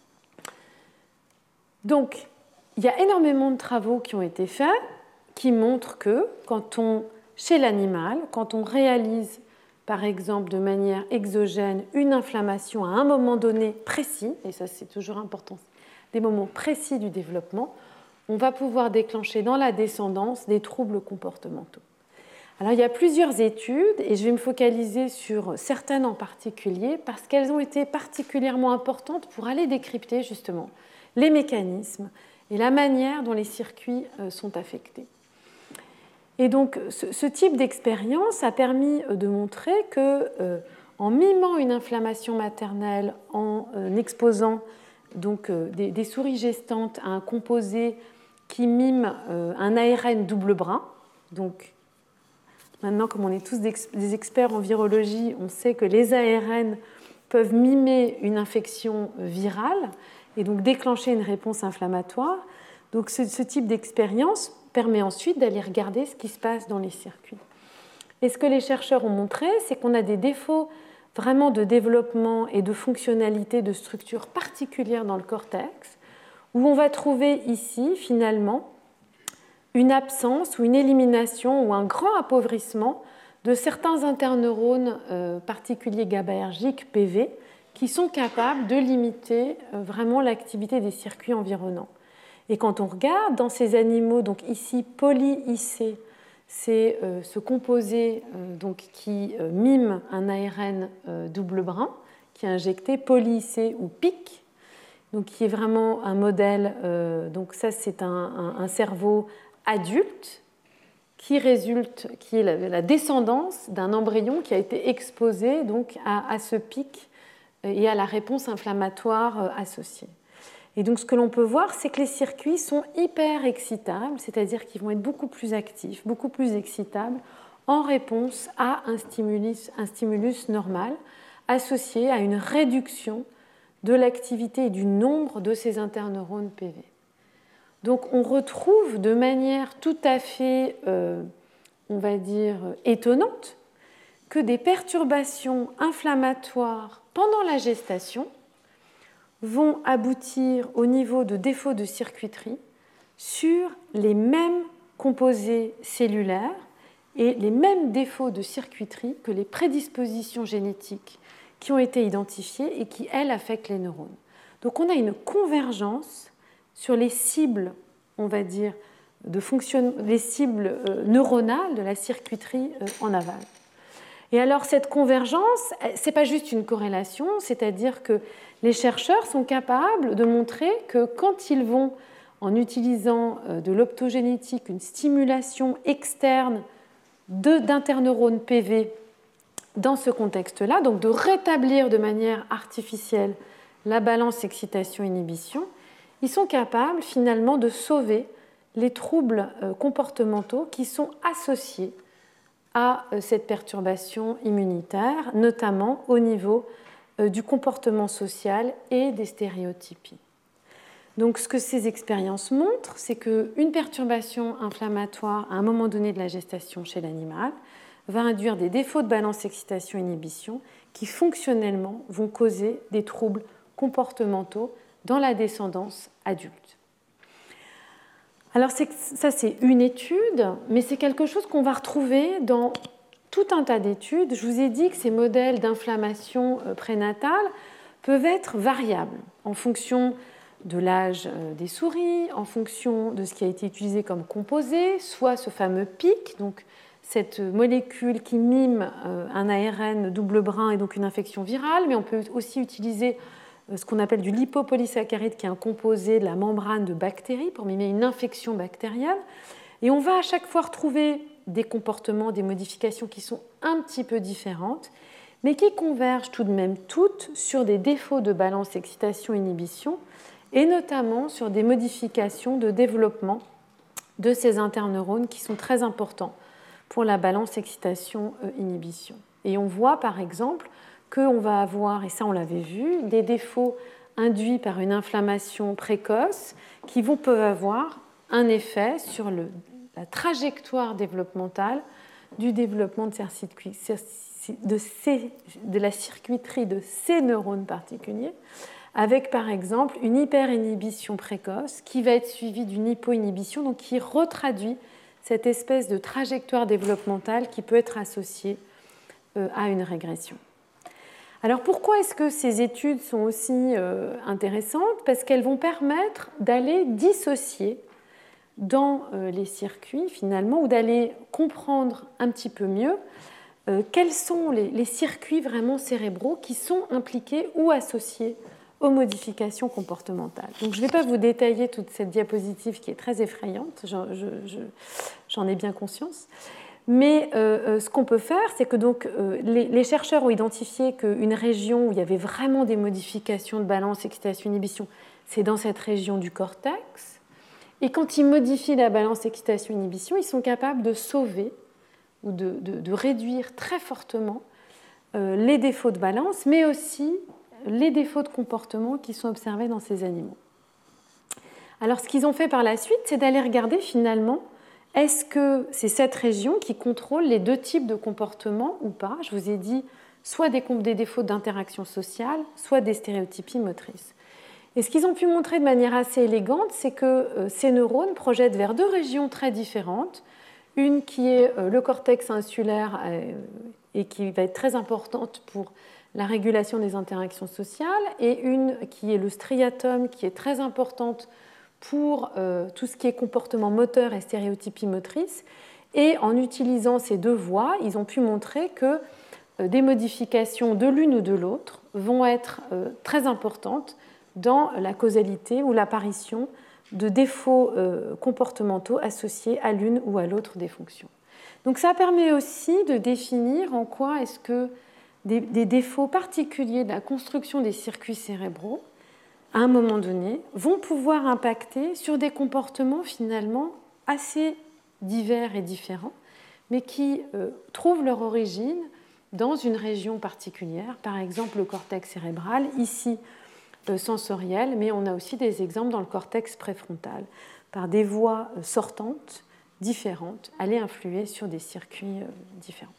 Donc, il y a énormément de travaux qui ont été faits qui montrent que chez l'animal, quand on réalise par exemple de manière exogène une inflammation à un moment donné précis, et ça c'est toujours important, des moments précis du développement, on va pouvoir déclencher dans la descendance des troubles comportementaux. Alors il y a plusieurs études et je vais me focaliser sur certaines en particulier parce qu'elles ont été particulièrement importantes pour aller décrypter justement les mécanismes et la manière dont les circuits sont affectés. Et donc, ce type d'expérience a permis de montrer qu'en mimant une inflammation maternelle, en exposant donc, des souris gestantes à un composé qui mime un ARN double brin, donc maintenant, comme on est tous des experts en virologie, on sait que les ARN peuvent mimer une infection virale et donc déclencher une réponse inflammatoire. Donc ce type d'expérience permet ensuite d'aller regarder ce qui se passe dans les circuits. Et ce que les chercheurs ont montré, c'est qu'on a des défauts vraiment de développement et de fonctionnalité de structure particulière dans le cortex, où on va trouver ici, finalement, une absence ou une élimination ou un grand appauvrissement de certains interneurones particuliers GABAergiques, PV, qui sont capables de limiter vraiment l'activité des circuits environnants. Et quand on regarde dans ces animaux, donc ici poly-IC, c'est ce composé donc, qui mime un ARN double brin, qui est injecté poly-IC ou PIC, donc qui est vraiment un modèle, donc ça c'est un cerveau adulte qui est la descendance d'un embryon qui a été exposé donc, à ce pic et à la réponse inflammatoire associée. Et donc ce que l'on peut voir, c'est que les circuits sont hyper excitables, c'est-à-dire qu'ils vont être beaucoup plus actifs, beaucoup plus excitables en réponse à un stimulus normal associé à une réduction de l'activité et du nombre de ces interneurones PV. Donc on retrouve de manière tout à fait, on va dire, étonnante que des perturbations inflammatoires pendant la gestation vont aboutir au niveau de défauts de circuiterie sur les mêmes composés cellulaires et les mêmes défauts de circuiterie que les prédispositions génétiques qui ont été identifiées et qui, elles, affectent les neurones. Donc on a une convergence sur les cibles, on va dire, les cibles neuronales de la circuiterie en aval. Et alors cette convergence, ce n'est pas juste une corrélation, c'est-à-dire que les chercheurs sont capables de montrer que quand ils vont, en utilisant de l'optogénétique, une stimulation externe d'interneurones PV dans ce contexte-là, donc de rétablir de manière artificielle la balance excitation-inhibition, ils sont capables finalement de sauver les troubles comportementaux qui sont associés à cette perturbation immunitaire, notamment au niveau du comportement social et des stéréotypies. Donc ce que ces expériences montrent, c'est qu'une perturbation inflammatoire à un moment donné de la gestation chez l'animal va induire des défauts de balance excitation-inhibition qui fonctionnellement vont causer des troubles comportementaux dans la descendance adulte. Alors ça c'est une étude, mais c'est quelque chose qu'on va retrouver dans tout un tas d'études. Je vous ai dit que ces modèles d'inflammation prénatale peuvent être variables en fonction de l'âge des souris, en fonction de ce qui a été utilisé comme composé, soit ce fameux PIC, donc cette molécule qui mime un ARN double brin et donc une infection virale, mais on peut aussi utiliser ce qu'on appelle du lipopolysaccharide, qui est un composé de la membrane de bactéries pour mimer une infection bactérienne. Et on va à chaque fois retrouver des comportements, des modifications qui sont un petit peu différentes, mais qui convergent tout de même toutes sur des défauts de balance excitation-inhibition et notamment sur des modifications de développement de ces interneurones qui sont très importants pour la balance excitation-inhibition. Et on voit par exemple qu'on va avoir, et ça on l'avait vu, des défauts induits par une inflammation précoce qui peuvent avoir un effet sur la trajectoire développementale du développement de la circuiterie de ces neurones particuliers, avec par exemple une hyperinhibition précoce qui va être suivie d'une hypoinhibition, donc qui retraduit cette espèce de trajectoire développementale qui peut être associée à une régression. Alors pourquoi est-ce que ces études sont aussi intéressantes ? Parce qu'elles vont permettre d'aller dissocier dans les circuits finalement, ou d'aller comprendre un petit peu mieux quels sont les circuits vraiment cérébraux qui sont impliqués ou associés aux modifications comportementales. Donc je ne vais pas vous détailler toute cette diapositive qui est très effrayante, j'en ai bien conscience. Mais ce qu'on peut faire, c'est que donc, les chercheurs ont identifié qu'une région où il y avait vraiment des modifications de balance, excitation, inhibition, c'est dans cette région du cortex. Et quand ils modifient la balance, excitation, inhibition, ils sont capables de sauver ou de réduire très fortement les défauts de balance, mais aussi les défauts de comportement qui sont observés dans ces animaux. Alors ce qu'ils ont fait par la suite, c'est d'aller regarder finalement est-ce que c'est cette région qui contrôle les deux types de comportements ou pas ? Je vous ai dit soit des défauts d'interaction sociale, soit des stéréotypies motrices. Et ce qu'ils ont pu montrer de manière assez élégante, c'est que ces neurones projettent vers deux régions très différentes une qui est le cortex insulaire et qui va être très importante pour la régulation des interactions sociales, et une qui est le striatum, qui est très importante pour tout ce qui est comportement moteur et stéréotypie motrice. Et en utilisant ces deux voies, ils ont pu montrer que des modifications de l'une ou de l'autre vont être très importantes dans la causalité ou l'apparition de défauts comportementaux associés à l'une ou à l'autre des fonctions. Donc ça permet aussi de définir en quoi est-ce que des défauts particuliers de la construction des circuits cérébraux, à un moment donné, vont pouvoir impacter sur des comportements finalement assez divers et différents, mais qui trouvent leur origine dans une région particulière, par exemple le cortex cérébral, ici sensoriel, mais on a aussi des exemples dans le cortex préfrontal, par des voies sortantes différentes, aller influer sur des circuits différents.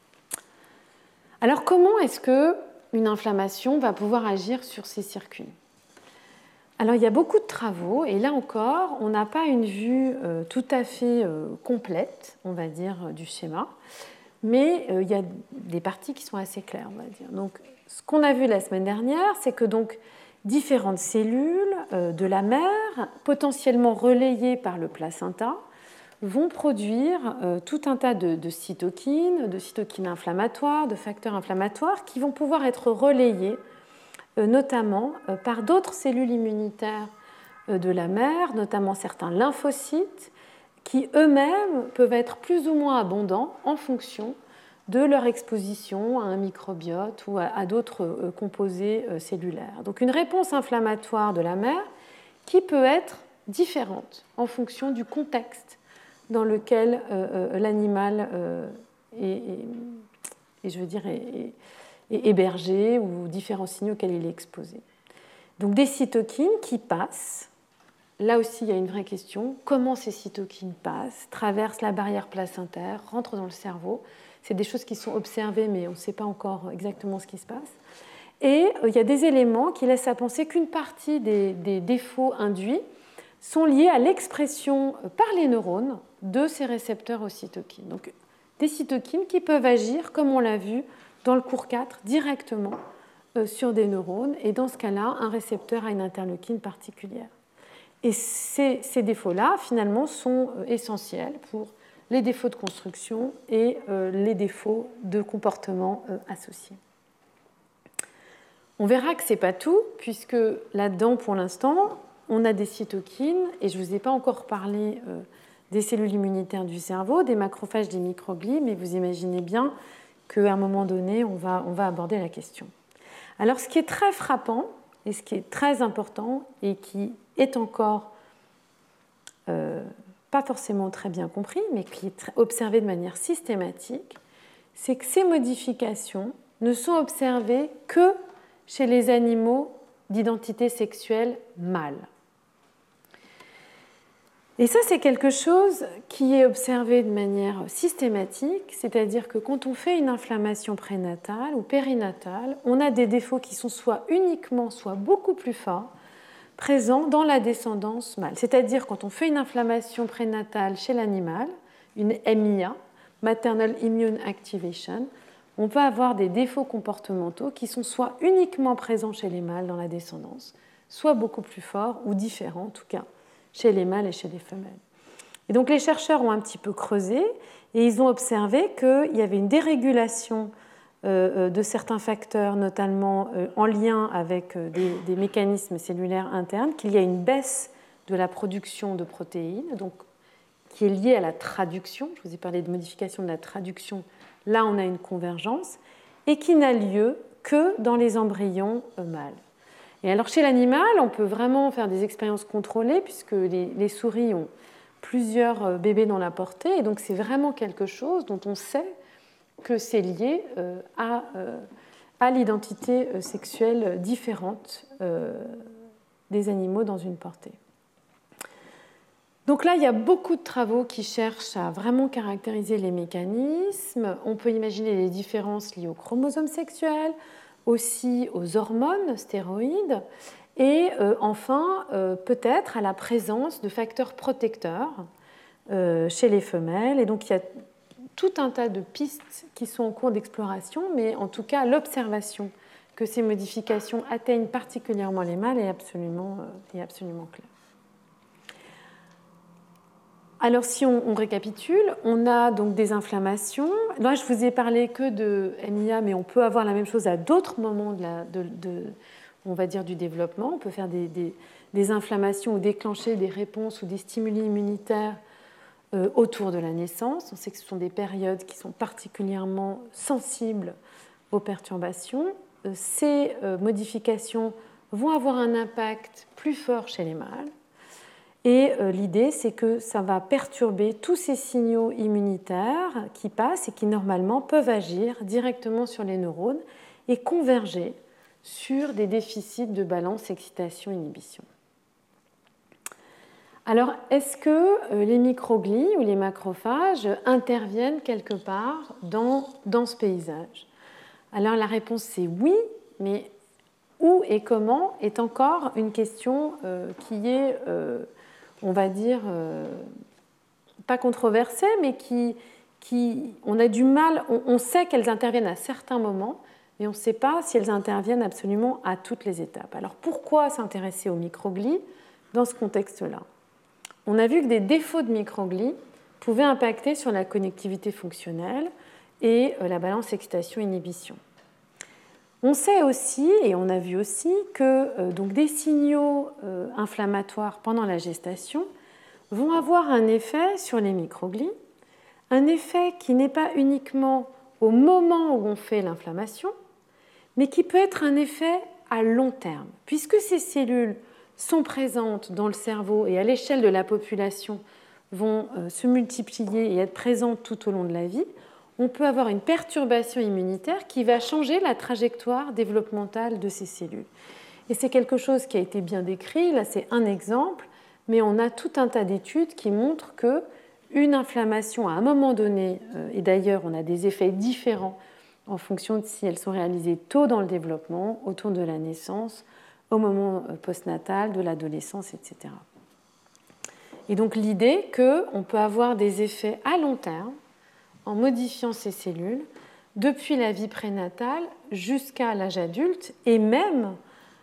Alors comment est-ce qu'une inflammation va pouvoir agir sur ces circuits ? Alors il y a beaucoup de travaux, et là encore, on n'a pas une vue tout à fait complète, on va dire, du schéma, mais il y a des parties qui sont assez claires, on va dire. Donc ce qu'on a vu la semaine dernière, c'est que donc différentes cellules de la mère, potentiellement relayées par le placenta, vont produire tout un tas de cytokines inflammatoires, de facteurs inflammatoires qui vont pouvoir être relayés notamment par d'autres cellules immunitaires de la mère, notamment certains lymphocytes, qui eux-mêmes peuvent être plus ou moins abondants en fonction de leur exposition à un microbiote ou à d'autres composés cellulaires. Donc une réponse inflammatoire de la mère qui peut être différente en fonction du contexte dans lequel l'animal est hébergé ou différents signaux auxquels il est exposé. Donc des cytokines qui passent. Là aussi, il y a une vraie question. Comment ces cytokines passent, traversent la barrière placentaire, rentrent dans le cerveau? C'est des choses qui sont observées, mais on ne sait pas encore exactement ce qui se passe. Et il y a des éléments qui laissent à penser qu'une partie des défauts induits sont liés à l'expression par les neurones de ces récepteurs aux cytokines. Donc des cytokines qui peuvent agir, comme on l'a vu dans le cours 4, directement sur des neurones. Et dans ce cas-là, un récepteur a une interleukine particulière. Et ces défauts-là, finalement, sont essentiels pour les défauts de construction et les défauts de comportement associés. On verra que ce n'est pas tout, puisque là-dedans, pour l'instant, on a des cytokines, et je ne vous ai pas encore parlé des cellules immunitaires du cerveau, des macrophages, des microglies, mais vous imaginez bien qu'à un moment donné, on va aborder la question. Alors, ce qui est très frappant, et ce qui est très important, et qui est encore pas forcément très bien compris, mais qui est observé de manière systématique, c'est que ces modifications ne sont observées que chez les animaux d'identité sexuelle mâle. Et ça, c'est quelque chose qui est observé de manière systématique, c'est-à-dire que quand on fait une inflammation prénatale ou périnatale, on a des défauts qui sont soit uniquement, soit beaucoup plus forts, présents dans la descendance mâle. C'est-à-dire quand on fait une inflammation prénatale chez l'animal, une MIA, Maternal Immune Activation, on peut avoir des défauts comportementaux qui sont soit uniquement présents chez les mâles dans la descendance, soit beaucoup plus forts ou différents en tout cas chez les mâles et chez les femelles. Et donc les chercheurs ont un petit peu creusé et ils ont observé qu'il y avait une dérégulation de certains facteurs, notamment en lien avec des mécanismes cellulaires internes, qu'il y a une baisse de la production de protéines, donc, qui est liée à la traduction. Je vous ai parlé de modification de la traduction. Là, on a une convergence, et qui n'a lieu que dans les embryons mâles. Et alors, chez l'animal, on peut vraiment faire des expériences contrôlées, puisque les souris ont plusieurs bébés dans la portée, et donc c'est vraiment quelque chose dont on sait que c'est lié à l'identité sexuelle différente des animaux dans une portée. Donc là, il y a beaucoup de travaux qui cherchent à vraiment caractériser les mécanismes. On peut imaginer les différences liées aux chromosomes sexuels, aussi aux hormones, stéroïdes, et enfin, peut-être à la présence de facteurs protecteurs chez les femelles. Et donc il y a tout un tas de pistes qui sont en cours d'exploration, mais en tout cas l'observation que ces modifications atteignent particulièrement les mâles est absolument claire. Alors si on récapitule, on a donc des inflammations. Là, je vous ai parlé que de MIA, mais on peut avoir la même chose à d'autres moments on va dire, du développement. On peut faire des inflammations ou déclencher des réponses ou des stimuli immunitaires autour de la naissance. On sait que ce sont des périodes qui sont particulièrement sensibles aux perturbations. Ces modifications vont avoir un impact plus fort chez les mâles. Et l'idée, c'est que ça va perturber tous ces signaux immunitaires qui passent et qui, normalement, peuvent agir directement sur les neurones et converger sur des déficits de balance excitation-inhibition. Alors, est-ce que les microglies ou les macrophages interviennent quelque part dans ce paysage? Alors, la réponse, c'est oui, mais où et comment est encore une question qui est... on va dire, pas controversées, mais on a du mal, on sait qu'elles interviennent à certains moments, mais on ne sait pas si elles interviennent absolument à toutes les étapes. Alors pourquoi s'intéresser aux microglies dans ce contexte-là? On a vu que des défauts de microglies pouvaient impacter sur la connectivité fonctionnelle et la balance excitation-inhibition. On sait aussi, et on a vu aussi, que donc des signaux inflammatoires pendant la gestation vont avoir un effet sur les microglies, un effet qui n'est pas uniquement au moment où on fait l'inflammation, mais qui peut être un effet à long terme. Puisque ces cellules sont présentes dans le cerveau et à l'échelle de la population vont se multiplier et être présentes tout au long de la vie, on peut avoir une perturbation immunitaire qui va changer la trajectoire développementale de ces cellules. Et c'est quelque chose qui a été bien décrit, là c'est un exemple, mais on a tout un tas d'études qui montrent qu'une inflammation à un moment donné, et d'ailleurs on a des effets différents en fonction de si elles sont réalisées tôt dans le développement, autour de la naissance, au moment postnatal, de l'adolescence, etc. Et donc l'idée qu'on peut avoir des effets à long terme en modifiant ces cellules depuis la vie prénatale jusqu'à l'âge adulte et même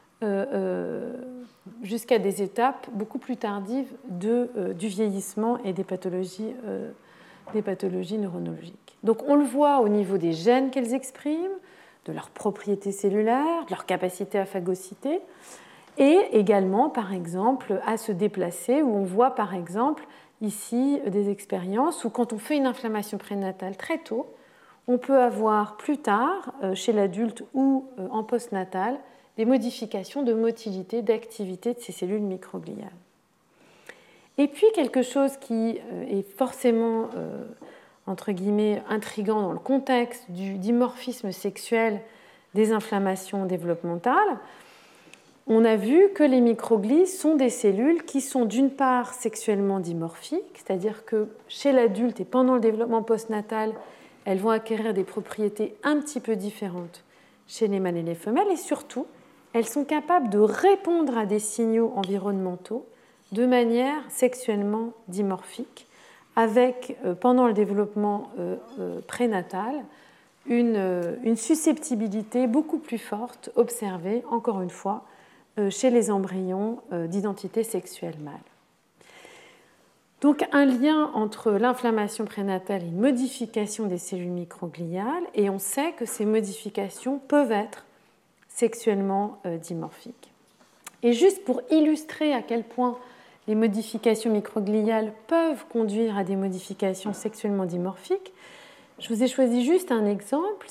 jusqu'à des étapes beaucoup plus tardives du vieillissement et des pathologies neuronologiques. Donc on le voit au niveau des gènes qu'elles expriment, de leurs propriétés cellulaires, de leur capacité à phagocyter, et également, par exemple, à se déplacer, où on voit, par exemple, ici des expériences où quand on fait une inflammation prénatale très tôt, on peut avoir plus tard, chez l'adulte ou en postnatal, des modifications de motilité, d'activité de ces cellules microgliales. Et puis quelque chose qui est forcément, entre guillemets, intriguant dans le contexte du dimorphisme sexuel des inflammations développementales, on a vu que les microglies sont des cellules qui sont d'une part sexuellement dimorphiques, c'est-à-dire que chez l'adulte et pendant le développement postnatal, elles vont acquérir des propriétés un petit peu différentes chez les mâles et les femelles, et surtout, elles sont capables de répondre à des signaux environnementaux de manière sexuellement dimorphique, avec, pendant le développement prénatal, une susceptibilité beaucoup plus forte observée, encore une fois, chez les embryons d'identité sexuelle mâle. Donc un lien entre l'inflammation prénatale et une modification des cellules microgliales, et on sait que ces modifications peuvent être sexuellement dimorphiques. Et juste pour illustrer à quel point les modifications microgliales peuvent conduire à des modifications sexuellement dimorphiques, je vous ai choisi juste un exemple.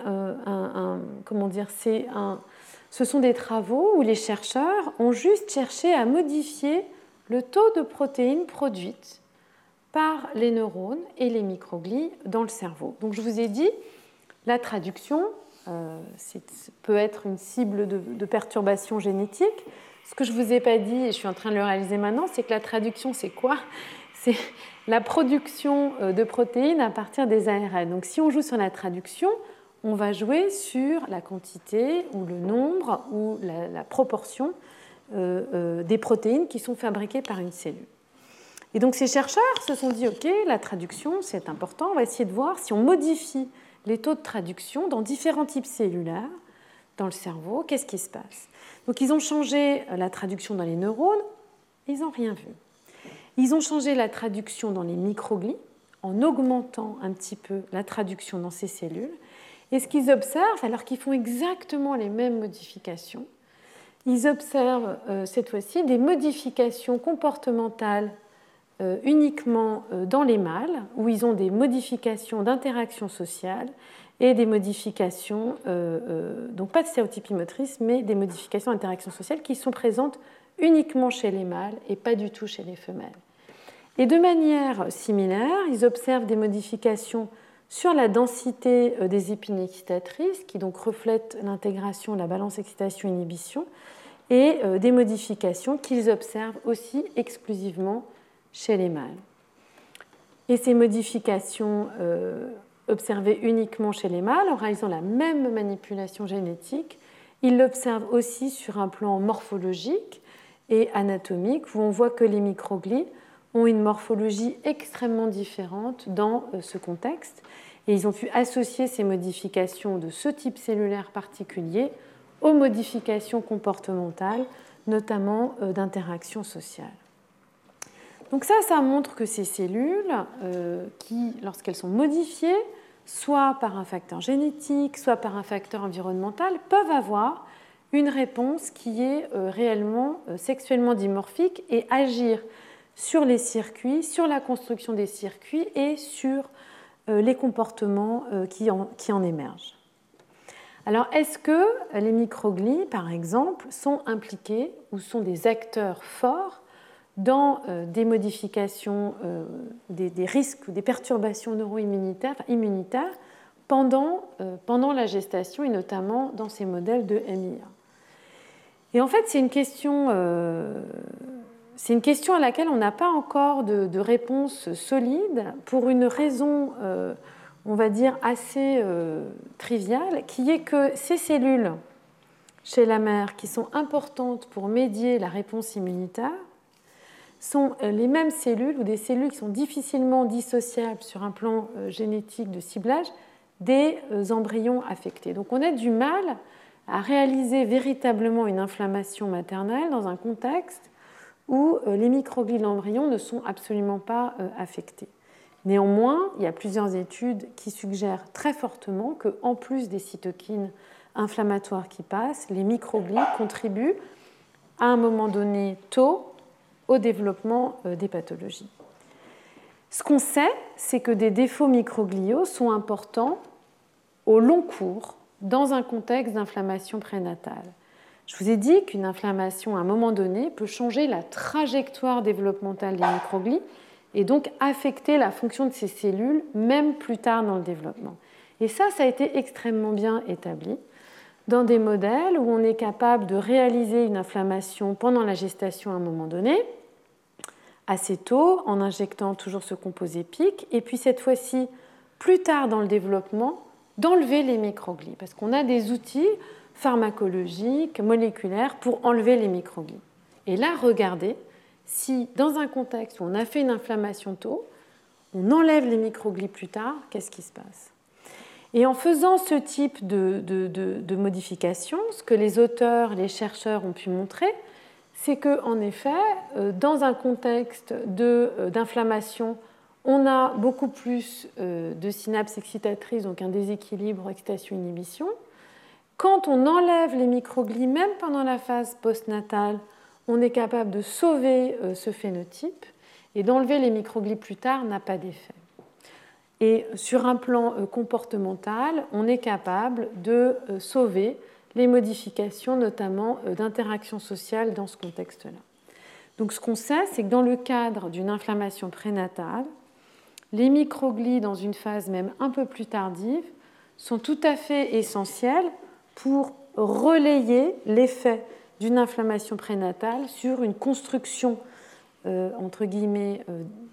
Ce sont des travaux où les chercheurs ont juste cherché à modifier le taux de protéines produites par les neurones et les microglies dans le cerveau. Donc je vous ai dit, la traduction peut être une cible de perturbation génétique. Ce que je ne vous ai pas dit, et je suis en train de le réaliser maintenant, c'est que la traduction, c'est quoi? C'est la production de protéines à partir des ARN. Donc si on joue sur la traduction, on va jouer sur la quantité ou le nombre ou la proportion des protéines qui sont fabriquées par une cellule. Et donc ces chercheurs se sont dit, OK, la traduction, c'est important, on va essayer de voir si on modifie les taux de traduction dans différents types cellulaires dans le cerveau, qu'est-ce qui se passe? Donc ils ont changé la traduction dans les neurones, ils n'ont rien vu. Ils ont changé la traduction dans les microglies en augmentant un petit peu la traduction dans ces cellules. Et ce qu'ils observent, alors qu'ils font exactement les mêmes modifications, ils observent cette fois-ci des modifications comportementales uniquement dans les mâles, où ils ont des modifications d'interaction sociale et des modifications, donc pas de stéréotypie motrice, mais des modifications d'interaction sociale qui sont présentes uniquement chez les mâles et pas du tout chez les femelles. Et de manière similaire, ils observent des modifications sur la densité des épines excitatrices, qui donc reflètent l'intégration, la balance excitation-inhibition, et des modifications qu'ils observent aussi exclusivement chez les mâles. Et ces modifications observées uniquement chez les mâles, en réalisant la même manipulation génétique, ils l'observent aussi sur un plan morphologique et anatomique, où on voit que les microglies ont une morphologie extrêmement différente dans ce contexte. Et ils ont pu associer ces modifications de ce type cellulaire particulier aux modifications comportementales, notamment d'interaction sociale. Donc ça montre que ces cellules, qui, lorsqu'elles sont modifiées, soit par un facteur génétique, soit par un facteur environnemental, peuvent avoir une réponse qui est réellement sexuellement dimorphique et agir sur les circuits, sur la construction des circuits et sur les comportements qui en émergent. Alors, est-ce que les microglies, par exemple, sont impliqués ou sont des acteurs forts dans des modifications, des risques ou des perturbations neuroimmunitaires pendant la gestation et notamment dans ces modèles de MIA? Et en fait, c'est une question à laquelle on n'a pas encore de réponse solide pour une raison, on va dire, assez triviale, qui est que ces cellules chez la mère qui sont importantes pour médier la réponse immunitaire sont les mêmes cellules ou des cellules qui sont difficilement dissociables sur un plan génétique de ciblage des embryons affectés. Donc on a du mal à réaliser véritablement une inflammation maternelle dans un contexte où les microglies de l'embryon ne sont absolument pas affectés. Néanmoins, il y a plusieurs études qui suggèrent très fortement qu'en plus des cytokines inflammatoires qui passent, les microglies contribuent à un moment donné tôt au développement des pathologies. Ce qu'on sait, c'est que des défauts microgliaux sont importants au long cours dans un contexte d'inflammation prénatale. Je vous ai dit qu'une inflammation, à un moment donné, peut changer la trajectoire développementale des microglies et donc affecter la fonction de ces cellules, même plus tard dans le développement. Et ça a été extrêmement bien établi dans des modèles où on est capable de réaliser une inflammation pendant la gestation à un moment donné, assez tôt, en injectant toujours ce composé PIC, et puis cette fois-ci, plus tard dans le développement, d'enlever les microglies, parce qu'on a des outils pharmacologiques, moléculaires, pour enlever les microglies. Et là, regardez, si dans un contexte où on a fait une inflammation tôt, on enlève les microglies plus tard, qu'est-ce qui se passe? Et en faisant ce type de modification, ce que les auteurs, les chercheurs ont pu montrer, c'est qu'en effet, dans un contexte d'inflammation, on a beaucoup plus de synapses excitatrices, donc un déséquilibre excitation-inhibition. Quand on enlève les microglies, même pendant la phase postnatale, on est capable de sauver ce phénotype, et d'enlever les microglies plus tard n'a pas d'effet. Et sur un plan comportemental, on est capable de sauver les modifications, notamment d'interaction sociale dans ce contexte-là. Donc ce qu'on sait, c'est que dans le cadre d'une inflammation prénatale, les microglies, dans une phase même un peu plus tardive, sont tout à fait essentielles pour relayer l'effet d'une inflammation prénatale sur une construction, entre guillemets,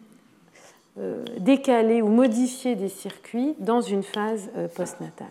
décalée ou modifiée des circuits dans une phase postnatale.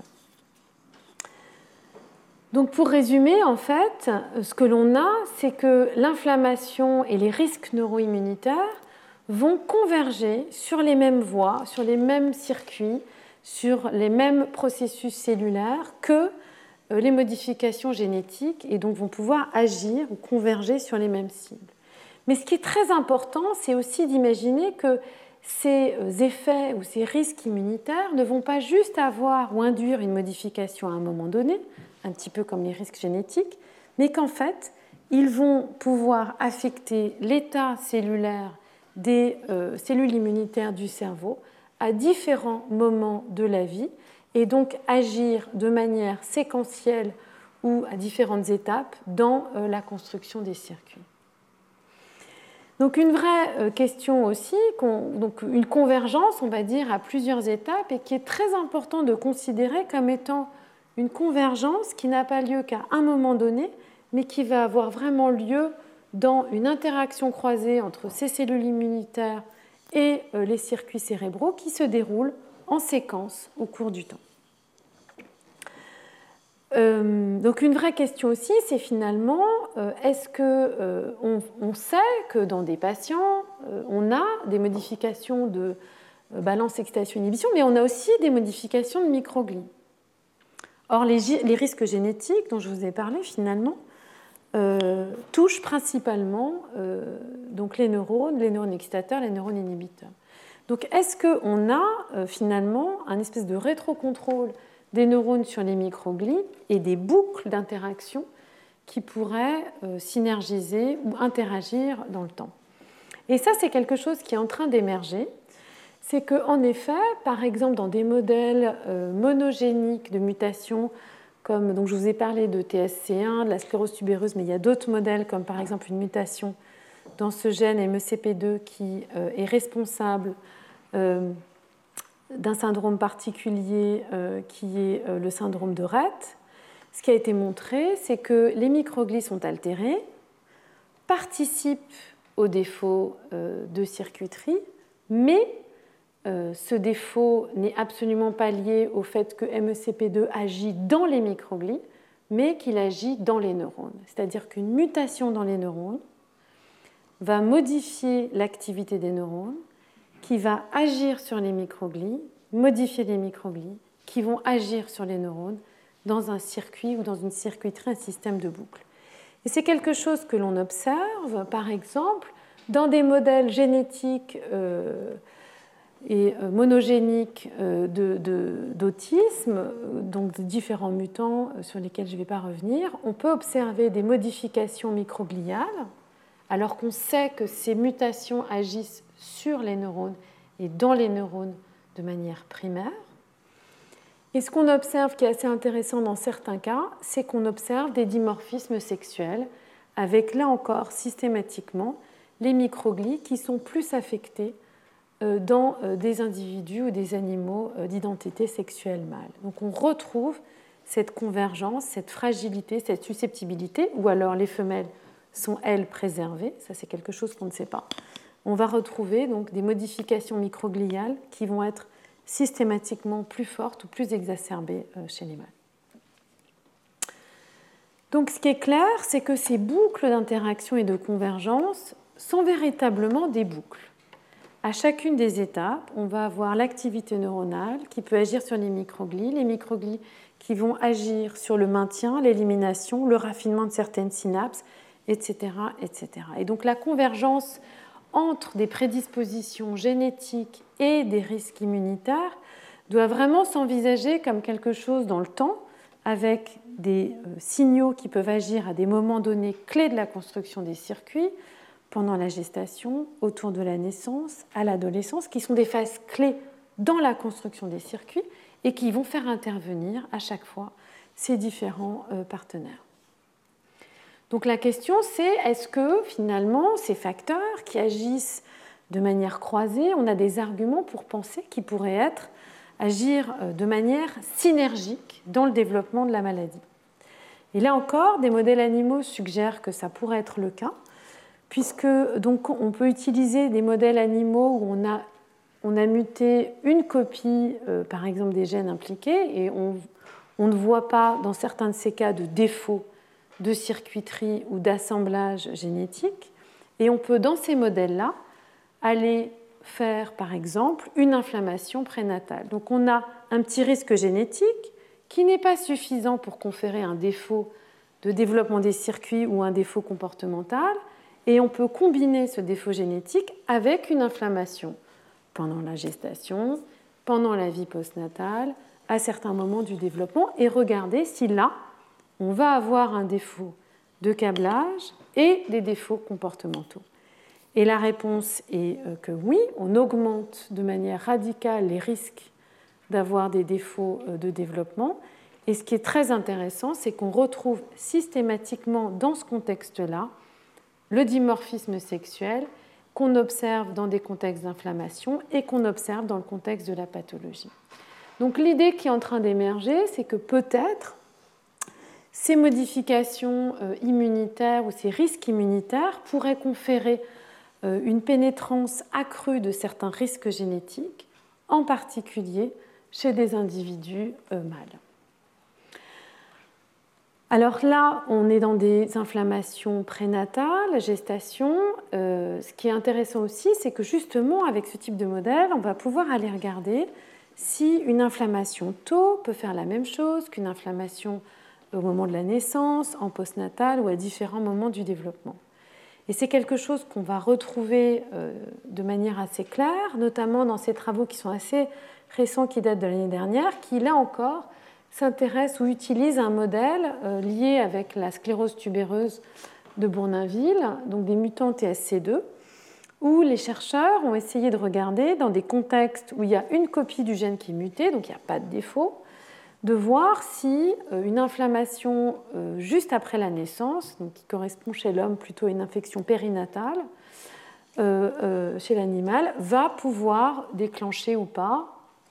Donc pour résumer, en fait, ce que l'on a, c'est que l'inflammation et les risques neuroimmunitaires vont converger sur les mêmes voies, sur les mêmes circuits, sur les mêmes processus cellulaires que les modifications génétiques et donc vont pouvoir agir ou converger sur les mêmes cibles. Mais ce qui est très important, c'est aussi d'imaginer que ces effets ou ces risques immunitaires ne vont pas juste avoir ou induire une modification à un moment donné, un petit peu comme les risques génétiques, mais qu'en fait, ils vont pouvoir affecter l'état cellulaire des cellules immunitaires du cerveau à différents moments de la vie et donc agir de manière séquentielle ou à différentes étapes dans la construction des circuits. Donc une vraie question aussi, donc une convergence, on va dire, à plusieurs étapes et qui est très important de considérer comme étant une convergence qui n'a pas lieu qu'à un moment donné, mais qui va avoir vraiment lieu dans une interaction croisée entre ces cellules immunitaires et les circuits cérébraux qui se déroulent en séquence au cours du temps. Donc une vraie question aussi, c'est finalement, est-ce qu'on sait que dans des patients, on a des modifications de balance excitation-inhibition, mais on a aussi des modifications de microglies. Or, les risques génétiques dont je vous ai parlé, finalement, touchent principalement donc les neurones excitateurs, les neurones inhibiteurs. Donc, est-ce qu'on a finalement un espèce de rétrocontrôle des neurones sur les microglies et des boucles d'interaction qui pourraient synergiser ou interagir dans le temps? Et ça, c'est quelque chose qui est en train d'émerger. C'est qu'en effet, par exemple, dans des modèles monogéniques de mutation, comme donc je vous ai parlé de TSC1, de la sclérose tubéreuse, mais il y a d'autres modèles, comme par exemple une mutation dans ce gène MECP2 qui est responsable d'un syndrome particulier qui est le syndrome de Rett. Ce qui a été montré, c'est que les microglies sont altérées, participent au défaut de circuiterie, mais ce défaut n'est absolument pas lié au fait que MECP2 agit dans les microglies, mais qu'il agit dans les neurones. C'est-à-dire qu'une mutation dans les neurones va modifier l'activité des neurones, qui va agir sur les microglies, modifier les microglies, qui vont agir sur les neurones dans un circuit ou dans une circuiterie, un système de boucles. Et c'est quelque chose que l'on observe, par exemple, dans des modèles génétiques et monogéniques d'autisme, donc de différents mutants sur lesquels je ne vais pas revenir. On peut observer des modifications microgliales, alors qu'on sait que ces mutations agissent sur les neurones et dans les neurones de manière primaire. Et ce qu'on observe, qui est assez intéressant dans certains cas, c'est qu'on observe des dimorphismes sexuels avec, là encore, systématiquement, les microglies qui sont plus affectées dans des individus ou des animaux d'identité sexuelle mâle. Donc on retrouve cette convergence, cette fragilité, cette susceptibilité, ou alors les femelles sont, elles, préservées, ça c'est quelque chose qu'on ne sait pas. On va retrouver donc des modifications microgliales qui vont être systématiquement plus fortes ou plus exacerbées chez les mâles. Donc ce qui est clair, c'est que ces boucles d'interaction et de convergence sont véritablement des boucles. À chacune des étapes, on va avoir l'activité neuronale qui peut agir sur les microglies qui vont agir sur le maintien, l'élimination, le raffinement de certaines synapses, etc., etc. Et donc la convergence entre des prédispositions génétiques et des risques immunitaires doit vraiment s'envisager comme quelque chose dans le temps, avec des signaux qui peuvent agir à des moments donnés clés de la construction des circuits, pendant la gestation, autour de la naissance, à l'adolescence, qui sont des phases clés dans la construction des circuits et qui vont faire intervenir à chaque fois ces différents partenaires. Donc la question, c'est est-ce que finalement ces facteurs qui agissent de manière croisée, on a des arguments pour penser qu'ils pourraient agir de manière synergique dans le développement de la maladie. Et là encore, des modèles animaux suggèrent que ça pourrait être le cas, puisque donc, on peut utiliser des modèles animaux où on a muté une copie, par exemple, des gènes impliqués, et on ne voit pas, dans certains de ces cas, de défaut de circuiterie ou d'assemblage génétique. Et on peut, dans ces modèles-là, aller faire, par exemple, une inflammation prénatale. Donc on a un petit risque génétique qui n'est pas suffisant pour conférer un défaut de développement des circuits ou un défaut comportemental, et on peut combiner ce défaut génétique avec une inflammation pendant la gestation, pendant la vie postnatale, à certains moments du développement, et regarder si là, on va avoir un défaut de câblage et des défauts comportementaux. Et la réponse est que oui, on augmente de manière radicale les risques d'avoir des défauts de développement. Et ce qui est très intéressant, c'est qu'on retrouve systématiquement dans ce contexte-là le dimorphisme sexuel qu'on observe dans des contextes d'inflammation et qu'on observe dans le contexte de la pathologie. Donc l'idée qui est en train d'émerger, c'est que peut-être ces modifications immunitaires ou ces risques immunitaires pourraient conférer une pénétrance accrue de certains risques génétiques, en particulier chez des individus mâles. Alors là, on est dans des inflammations prénatales, gestation. Ce qui est intéressant aussi, c'est que justement, avec ce type de modèle, on va pouvoir aller regarder si une inflammation tôt peut faire la même chose qu'une inflammation au moment de la naissance, en postnatal ou à différents moments du développement. Et c'est quelque chose qu'on va retrouver de manière assez claire, notamment dans ces travaux qui sont assez récents, qui datent de l'année dernière, qui, là encore, s'intéressent ou utilisent un modèle lié avec la sclérose tubéreuse de Bournonville, donc des mutants TSC2, où les chercheurs ont essayé de regarder, dans des contextes où il y a une copie du gène qui est mutée, donc il n'y a pas de défaut, de voir si une inflammation juste après la naissance, donc qui correspond chez l'homme plutôt à une infection périnatale, chez l'animal, va pouvoir déclencher ou pas,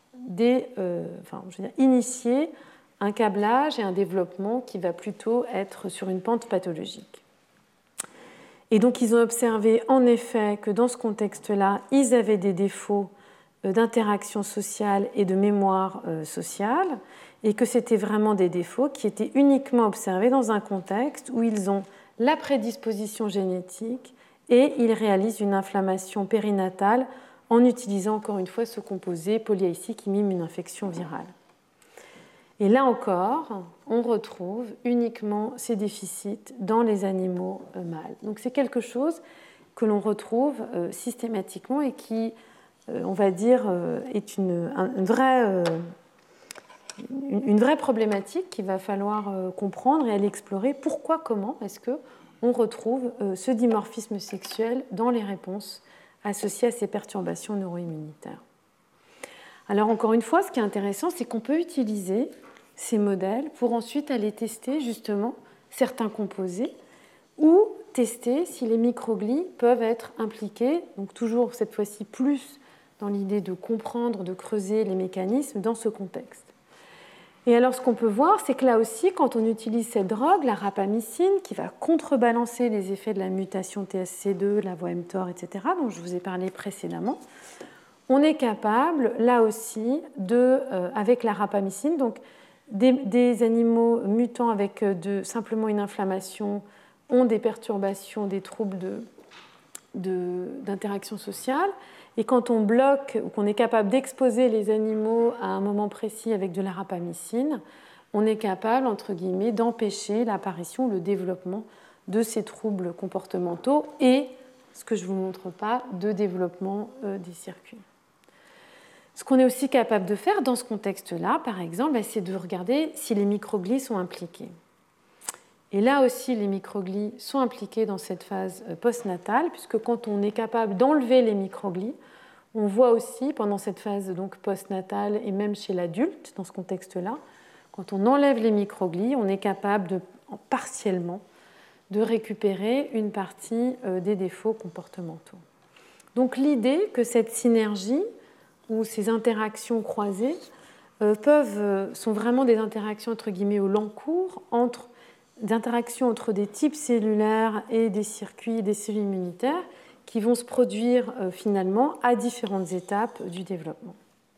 initier un câblage et un développement qui va plutôt être sur une pente pathologique. Et donc ils ont observé en effet que dans ce contexte-là, ils avaient des défauts d'interaction sociale et de mémoire sociale, et que c'était vraiment des défauts qui étaient uniquement observés dans un contexte où ils ont la prédisposition génétique et ils réalisent une inflammation périnatale en utilisant encore une fois ce composé poly-IC qui mime une infection virale. Et là encore, on retrouve uniquement ces déficits dans les animaux mâles. Donc c'est quelque chose que l'on retrouve systématiquement et qui, on va dire, est une vraie problématique qu'il va falloir comprendre et aller explorer. Pourquoi, comment est-ce qu'on retrouve ce dimorphisme sexuel dans les réponses associées à ces perturbations neuroimmunitaires? Alors encore une fois, ce qui est intéressant, c'est qu'on peut utiliser ces modèles pour ensuite aller tester justement certains composés ou tester si les microglies peuvent être impliqués, donc toujours cette fois-ci plus dans l'idée de comprendre, de creuser les mécanismes dans ce contexte. Et alors ce qu'on peut voir, c'est que là aussi, quand on utilise cette drogue, la rapamycine, qui va contrebalancer les effets de la mutation TSC2, la voie mTOR, etc., dont je vous ai parlé précédemment, on est capable, là aussi, avec la rapamycine, donc des animaux mutants avec simplement une inflammation ont des perturbations, des troubles d'interaction sociale. Et quand on bloque ou qu'on est capable d'exposer les animaux à un moment précis avec de la rapamycine, on est capable, entre guillemets, d'empêcher l'apparition, le développement de ces troubles comportementaux et, ce que je ne vous montre pas, de développement des circuits. Ce qu'on est aussi capable de faire dans ce contexte-là, par exemple, c'est de regarder si les microglies sont impliqués. Et là aussi, les microglies sont impliquées dans cette phase postnatale, puisque quand on est capable d'enlever les microglies, on voit aussi pendant cette phase donc postnatale et même chez l'adulte, dans ce contexte-là, quand on enlève les microglies, on est capable partiellement de récupérer une partie des défauts comportementaux. Donc l'idée que cette synergie ou ces interactions croisées sont vraiment des interactions entre guillemets au long cours, d'interactions entre des types cellulaires et des circuits, des cellules immunitaires qui vont se produire finalement à différentes étapes du développement.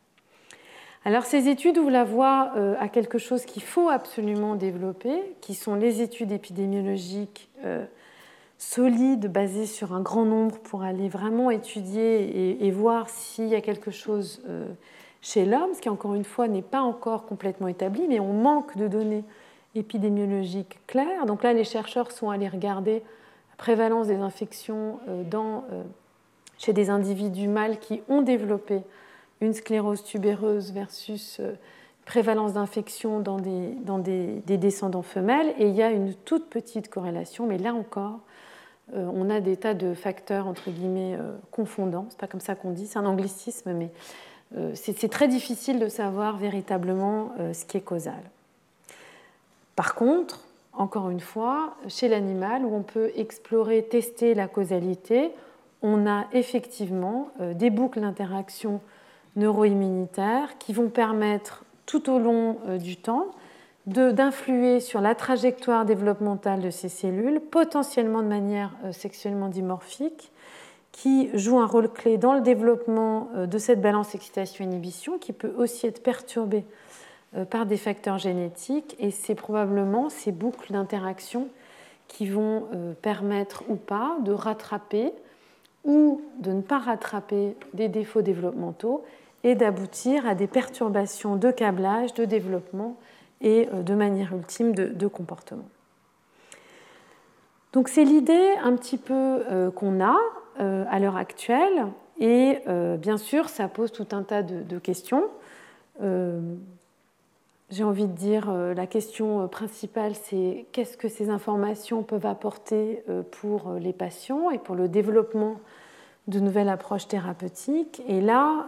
Alors ces études ouvrent la voie à quelque chose qu'il faut absolument développer, qui sont les études épidémiologiques solide, basé sur un grand nombre pour aller vraiment étudier et voir s'il y a quelque chose chez l'homme, ce qui encore une fois n'est pas encore complètement établi, mais on manque de données épidémiologiques claires. Donc là, les chercheurs sont allés regarder la prévalence des infections chez des individus mâles qui ont développé une sclérose tubéreuse versus prévalence d'infection dans des descendants femelles. Et il y a une toute petite corrélation, mais là encore, on a des tas de facteurs, entre guillemets, confondants. Ce n'est pas comme ça qu'on dit, c'est un anglicisme, mais c'est très difficile de savoir véritablement ce qui est causal. Par contre, encore une fois, chez l'animal, où on peut explorer, tester la causalité, on a effectivement des boucles d'interaction neuroimmunitaires qui vont permettre tout au long du temps d'influer sur la trajectoire développementale de ces cellules, potentiellement de manière sexuellement dimorphique, qui joue un rôle clé dans le développement de cette balance excitation-inhibition, qui peut aussi être perturbée par des facteurs génétiques, et c'est probablement ces boucles d'interaction qui vont permettre ou pas de rattraper ou de ne pas rattraper des défauts développementaux et d'aboutir à des perturbations de câblage, de développement et de manière ultime de comportement. Donc c'est l'idée un petit peu qu'on a à l'heure actuelle et bien sûr ça pose tout un tas de questions. J'ai envie de dire la question principale c'est qu'est-ce que ces informations peuvent apporter pour les patients et pour le développement de nouvelles approches thérapeutiques. Et là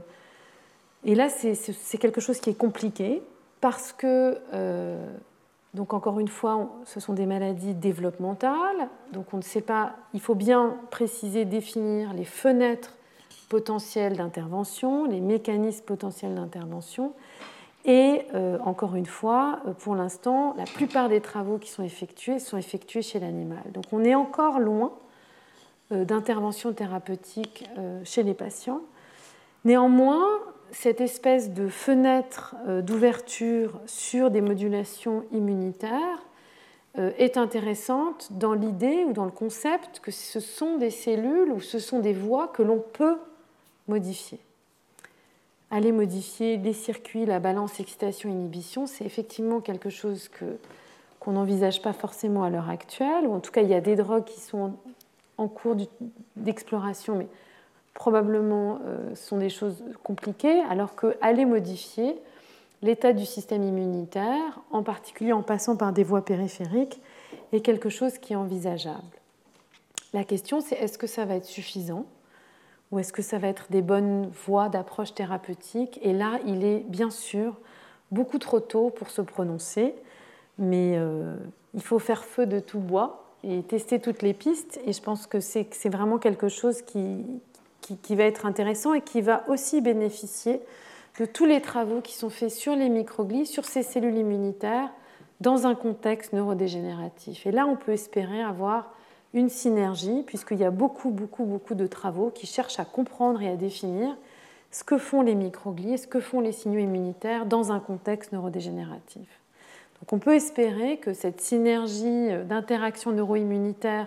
c'est quelque chose qui est compliqué parce que, donc encore une fois, ce sont des maladies développementales, donc on ne sait pas, il faut bien préciser, définir les fenêtres potentielles d'intervention, les mécanismes potentiels d'intervention, et encore une fois, pour l'instant, la plupart des travaux qui sont effectués chez l'animal. Donc on est encore loin d'intervention thérapeutique chez les patients. Néanmoins, cette espèce de fenêtre d'ouverture sur des modulations immunitaires est intéressante dans l'idée ou dans le concept que ce sont des cellules ou ce sont des voies que l'on peut modifier. Aller modifier les circuits, la balance excitation-inhibition, c'est effectivement quelque chose qu'on n'envisage pas forcément à l'heure actuelle, ou en tout cas il y a des drogues qui sont en cours d'exploration, mais probablement sont des choses compliquées, alors qu'aller modifier l'état du système immunitaire, en particulier en passant par des voies périphériques, est quelque chose qui est envisageable. La question, c'est est-ce que ça va être suffisant ou est-ce que ça va être des bonnes voies d'approche thérapeutique? Et là, il est bien sûr beaucoup trop tôt pour se prononcer, mais il faut faire feu de tout bois et tester toutes les pistes, et je pense que c'est vraiment quelque chose qui va être intéressant et qui va aussi bénéficier de tous les travaux qui sont faits sur les microglies, sur ces cellules immunitaires, dans un contexte neurodégénératif. Et là, on peut espérer avoir une synergie, puisqu'il y a beaucoup de travaux qui cherchent à comprendre et à définir ce que font les microglies et ce que font les signaux immunitaires dans un contexte neurodégénératif. Donc on peut espérer que cette synergie d'interaction neuroimmunitaire,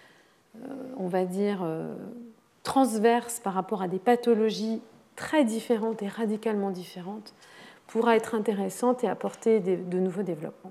on va dire, transverse par rapport à des pathologies très différentes et radicalement différentes, pourra être intéressante et apporter de nouveaux développements.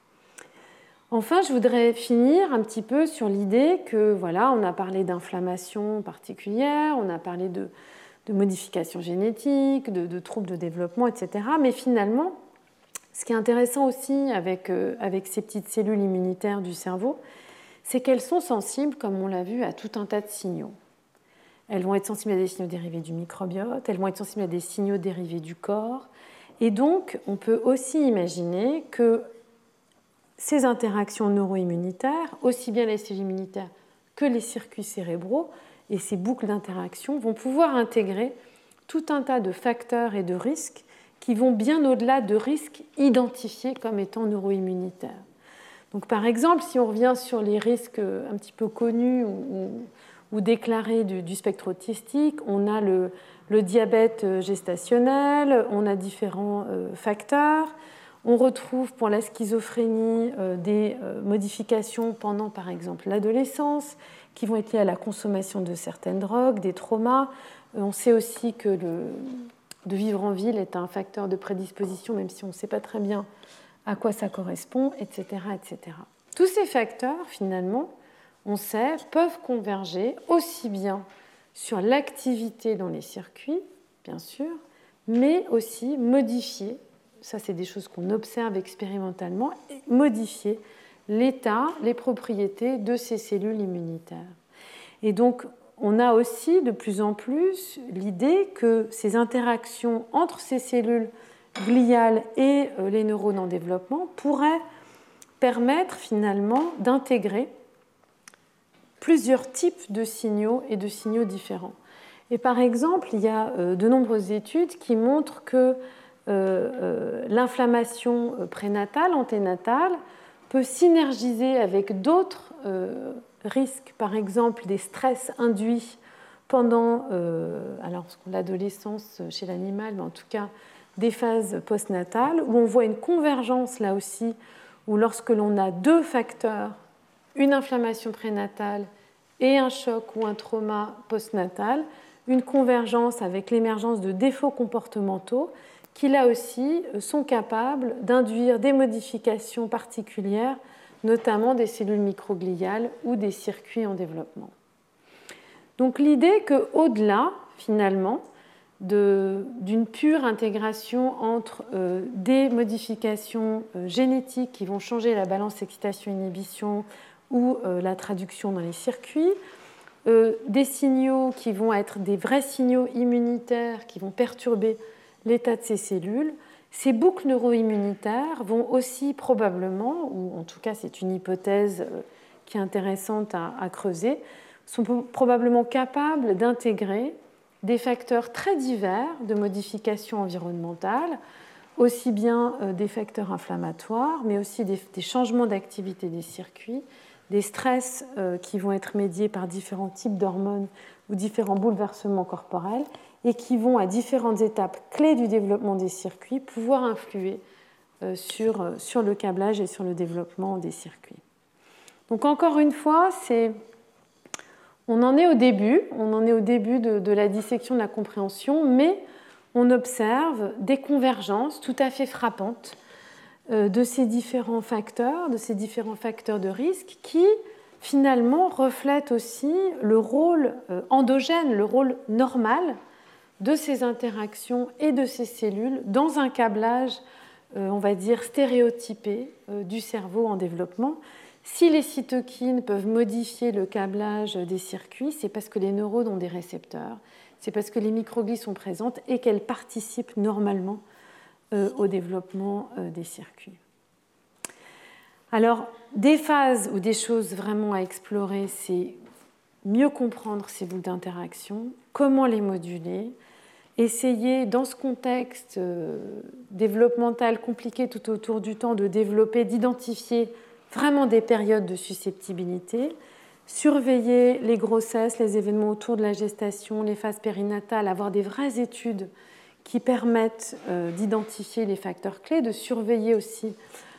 Enfin, je voudrais finir un petit peu sur l'idée que, voilà, on a parlé d'inflammation particulière, on a parlé de modifications génétiques, de troubles de développement, etc. Mais finalement, ce qui est intéressant aussi avec ces petites cellules immunitaires du cerveau, c'est qu'elles sont sensibles, comme on l'a vu, à tout un tas de signaux. Elles vont être sensibles à des signaux dérivés du microbiote, elles vont être sensibles à des signaux dérivés du corps. Et donc, on peut aussi imaginer que ces interactions neuroimmunitaires, aussi bien les cellules immunitaires que les circuits cérébraux et ces boucles d'interaction vont pouvoir intégrer tout un tas de facteurs et de risques qui vont bien au-delà de risques identifiés comme étant neuroimmunitaires. Donc, par exemple, si on revient sur les risques un petit peu connus ou déclarés du spectre autistique, on a le diabète gestationnel, on a différents facteurs, On retrouve pour la schizophrénie des modifications pendant, par exemple, l'adolescence, qui vont être liées à la consommation de certaines drogues, des traumas. On sait aussi que de vivre en ville est un facteur de prédisposition, même si on ne sait pas très bien à quoi ça correspond, etc., etc. Tous ces facteurs, finalement, on sait, peuvent converger aussi bien sur l'activité dans les circuits, bien sûr, mais aussi modifier, ça c'est des choses qu'on observe expérimentalement, modifier l'état, les propriétés de ces cellules immunitaires. Et donc, on a aussi de plus en plus l'idée que ces interactions entre ces cellules gliales et les neurones en développement pourraient permettre finalement d'intégrer plusieurs types de signaux et de signaux différents. Et par exemple, il y a de nombreuses études qui montrent que l'inflammation prénatale, anténatale, peut synergiser avec d'autres risques, par exemple des stress induits pendant l'adolescence chez l'animal, mais en tout cas des phases postnatales, où on voit une convergence là aussi, où lorsque l'on a deux facteurs, une inflammation prénatale et un choc ou un trauma postnatal, une convergence avec l'émergence de défauts comportementaux qui, là aussi, sont capables d'induire des modifications particulières, notamment des cellules microgliales ou des circuits en développement. Donc l'idée qu'au-delà, finalement, d'une pure intégration entre des modifications génétiques qui vont changer la balance excitation-inhibition ou la traduction dans les circuits, des signaux qui vont être des vrais signaux immunitaires qui vont perturber l'état de ces cellules, ces boucles neuro-immunitaires vont aussi probablement, ou en tout cas c'est une hypothèse qui est intéressante à creuser, sont probablement capables d'intégrer des facteurs très divers de modification environnementale, aussi bien des facteurs inflammatoires, mais aussi des changements d'activité des circuits, des stress qui vont être médiés par différents types d'hormones ou différents bouleversements corporels et qui vont, à différentes étapes clés du développement des circuits, pouvoir influer sur le câblage et sur le développement des circuits. Donc encore une fois, on en est au début de la dissection de la compréhension, mais on observe des convergences tout à fait frappantes de ces différents facteurs de risque qui finalement reflètent aussi le rôle endogène, le rôle normal de ces interactions et de ces cellules dans un câblage, on va dire, stéréotypé du cerveau en développement. Si les cytokines peuvent modifier le câblage des circuits, c'est parce que les neurones ont des récepteurs, c'est parce que les microglies sont présentes et qu'elles participent normalement au développement des circuits. Alors, des phases ou des choses vraiment à explorer, c'est mieux comprendre ces boucles d'interaction, comment les moduler, essayer dans ce contexte développemental compliqué tout autour du temps de développer, d'identifier vraiment des périodes de susceptibilité, surveiller les grossesses, les événements autour de la gestation, les phases périnatales, avoir des vraies études qui permettent d'identifier les facteurs clés, de surveiller aussi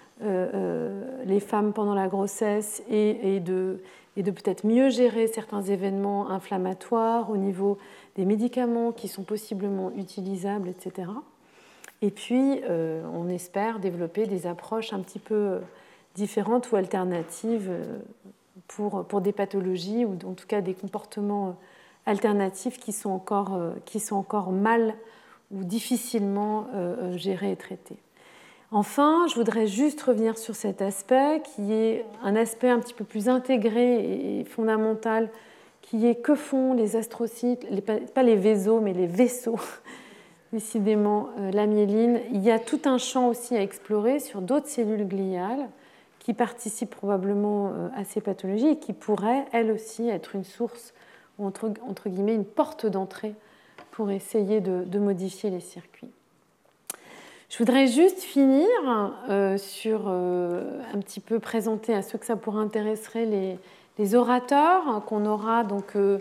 les femmes pendant la grossesse et de peut-être mieux gérer certains événements inflammatoires au niveau des médicaments qui sont possiblement utilisables, etc. Et puis, on espère développer des approches un petit peu différentes ou alternatives pour des pathologies ou en tout cas des comportements alternatifs qui sont encore mal ou difficilement gérés et traités. Enfin, je voudrais juste revenir sur cet aspect qui est un aspect un petit peu plus intégré et fondamental, qui est que font les astrocytes, pas les vaisseaux, mais les vaisseaux, décidément la myéline. Il y a tout un champ aussi à explorer sur d'autres cellules gliales qui participent probablement à ces pathologies et qui pourraient, elles aussi, être une source, ou entre guillemets, une porte d'entrée pour essayer de modifier les circuits. Je voudrais juste finir sur un petit peu présenter à ceux que ça pourrait intéresser les orateurs qu'on aura donc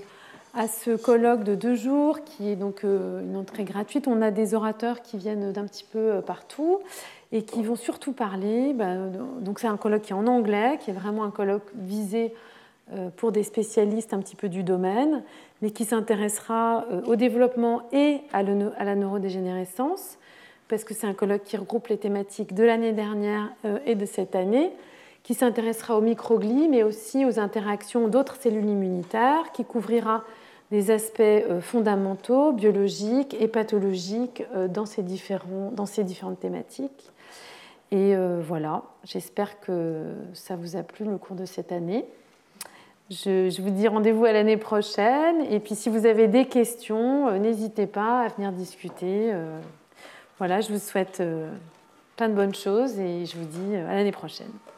à ce colloque de 2 jours qui est donc une entrée gratuite. On a des orateurs qui viennent d'un petit peu partout et qui vont surtout parler. Donc c'est un colloque qui est en anglais, qui est vraiment un colloque visé pour des spécialistes un petit peu du domaine, mais qui s'intéressera au développement et à la neurodégénérescence, parce que c'est un colloque qui regroupe les thématiques de l'année dernière et de cette année, qui s'intéressera aux microglies, mais aussi aux interactions d'autres cellules immunitaires, qui couvrira des aspects fondamentaux, biologiques et pathologiques dans ces différentes thématiques. Et voilà, j'espère que ça vous a plu le cours de cette année. Je vous dis rendez-vous à l'année prochaine. Et puis si vous avez des questions, n'hésitez pas à venir discuter. Voilà, je vous souhaite plein de bonnes choses et je vous dis à l'année prochaine.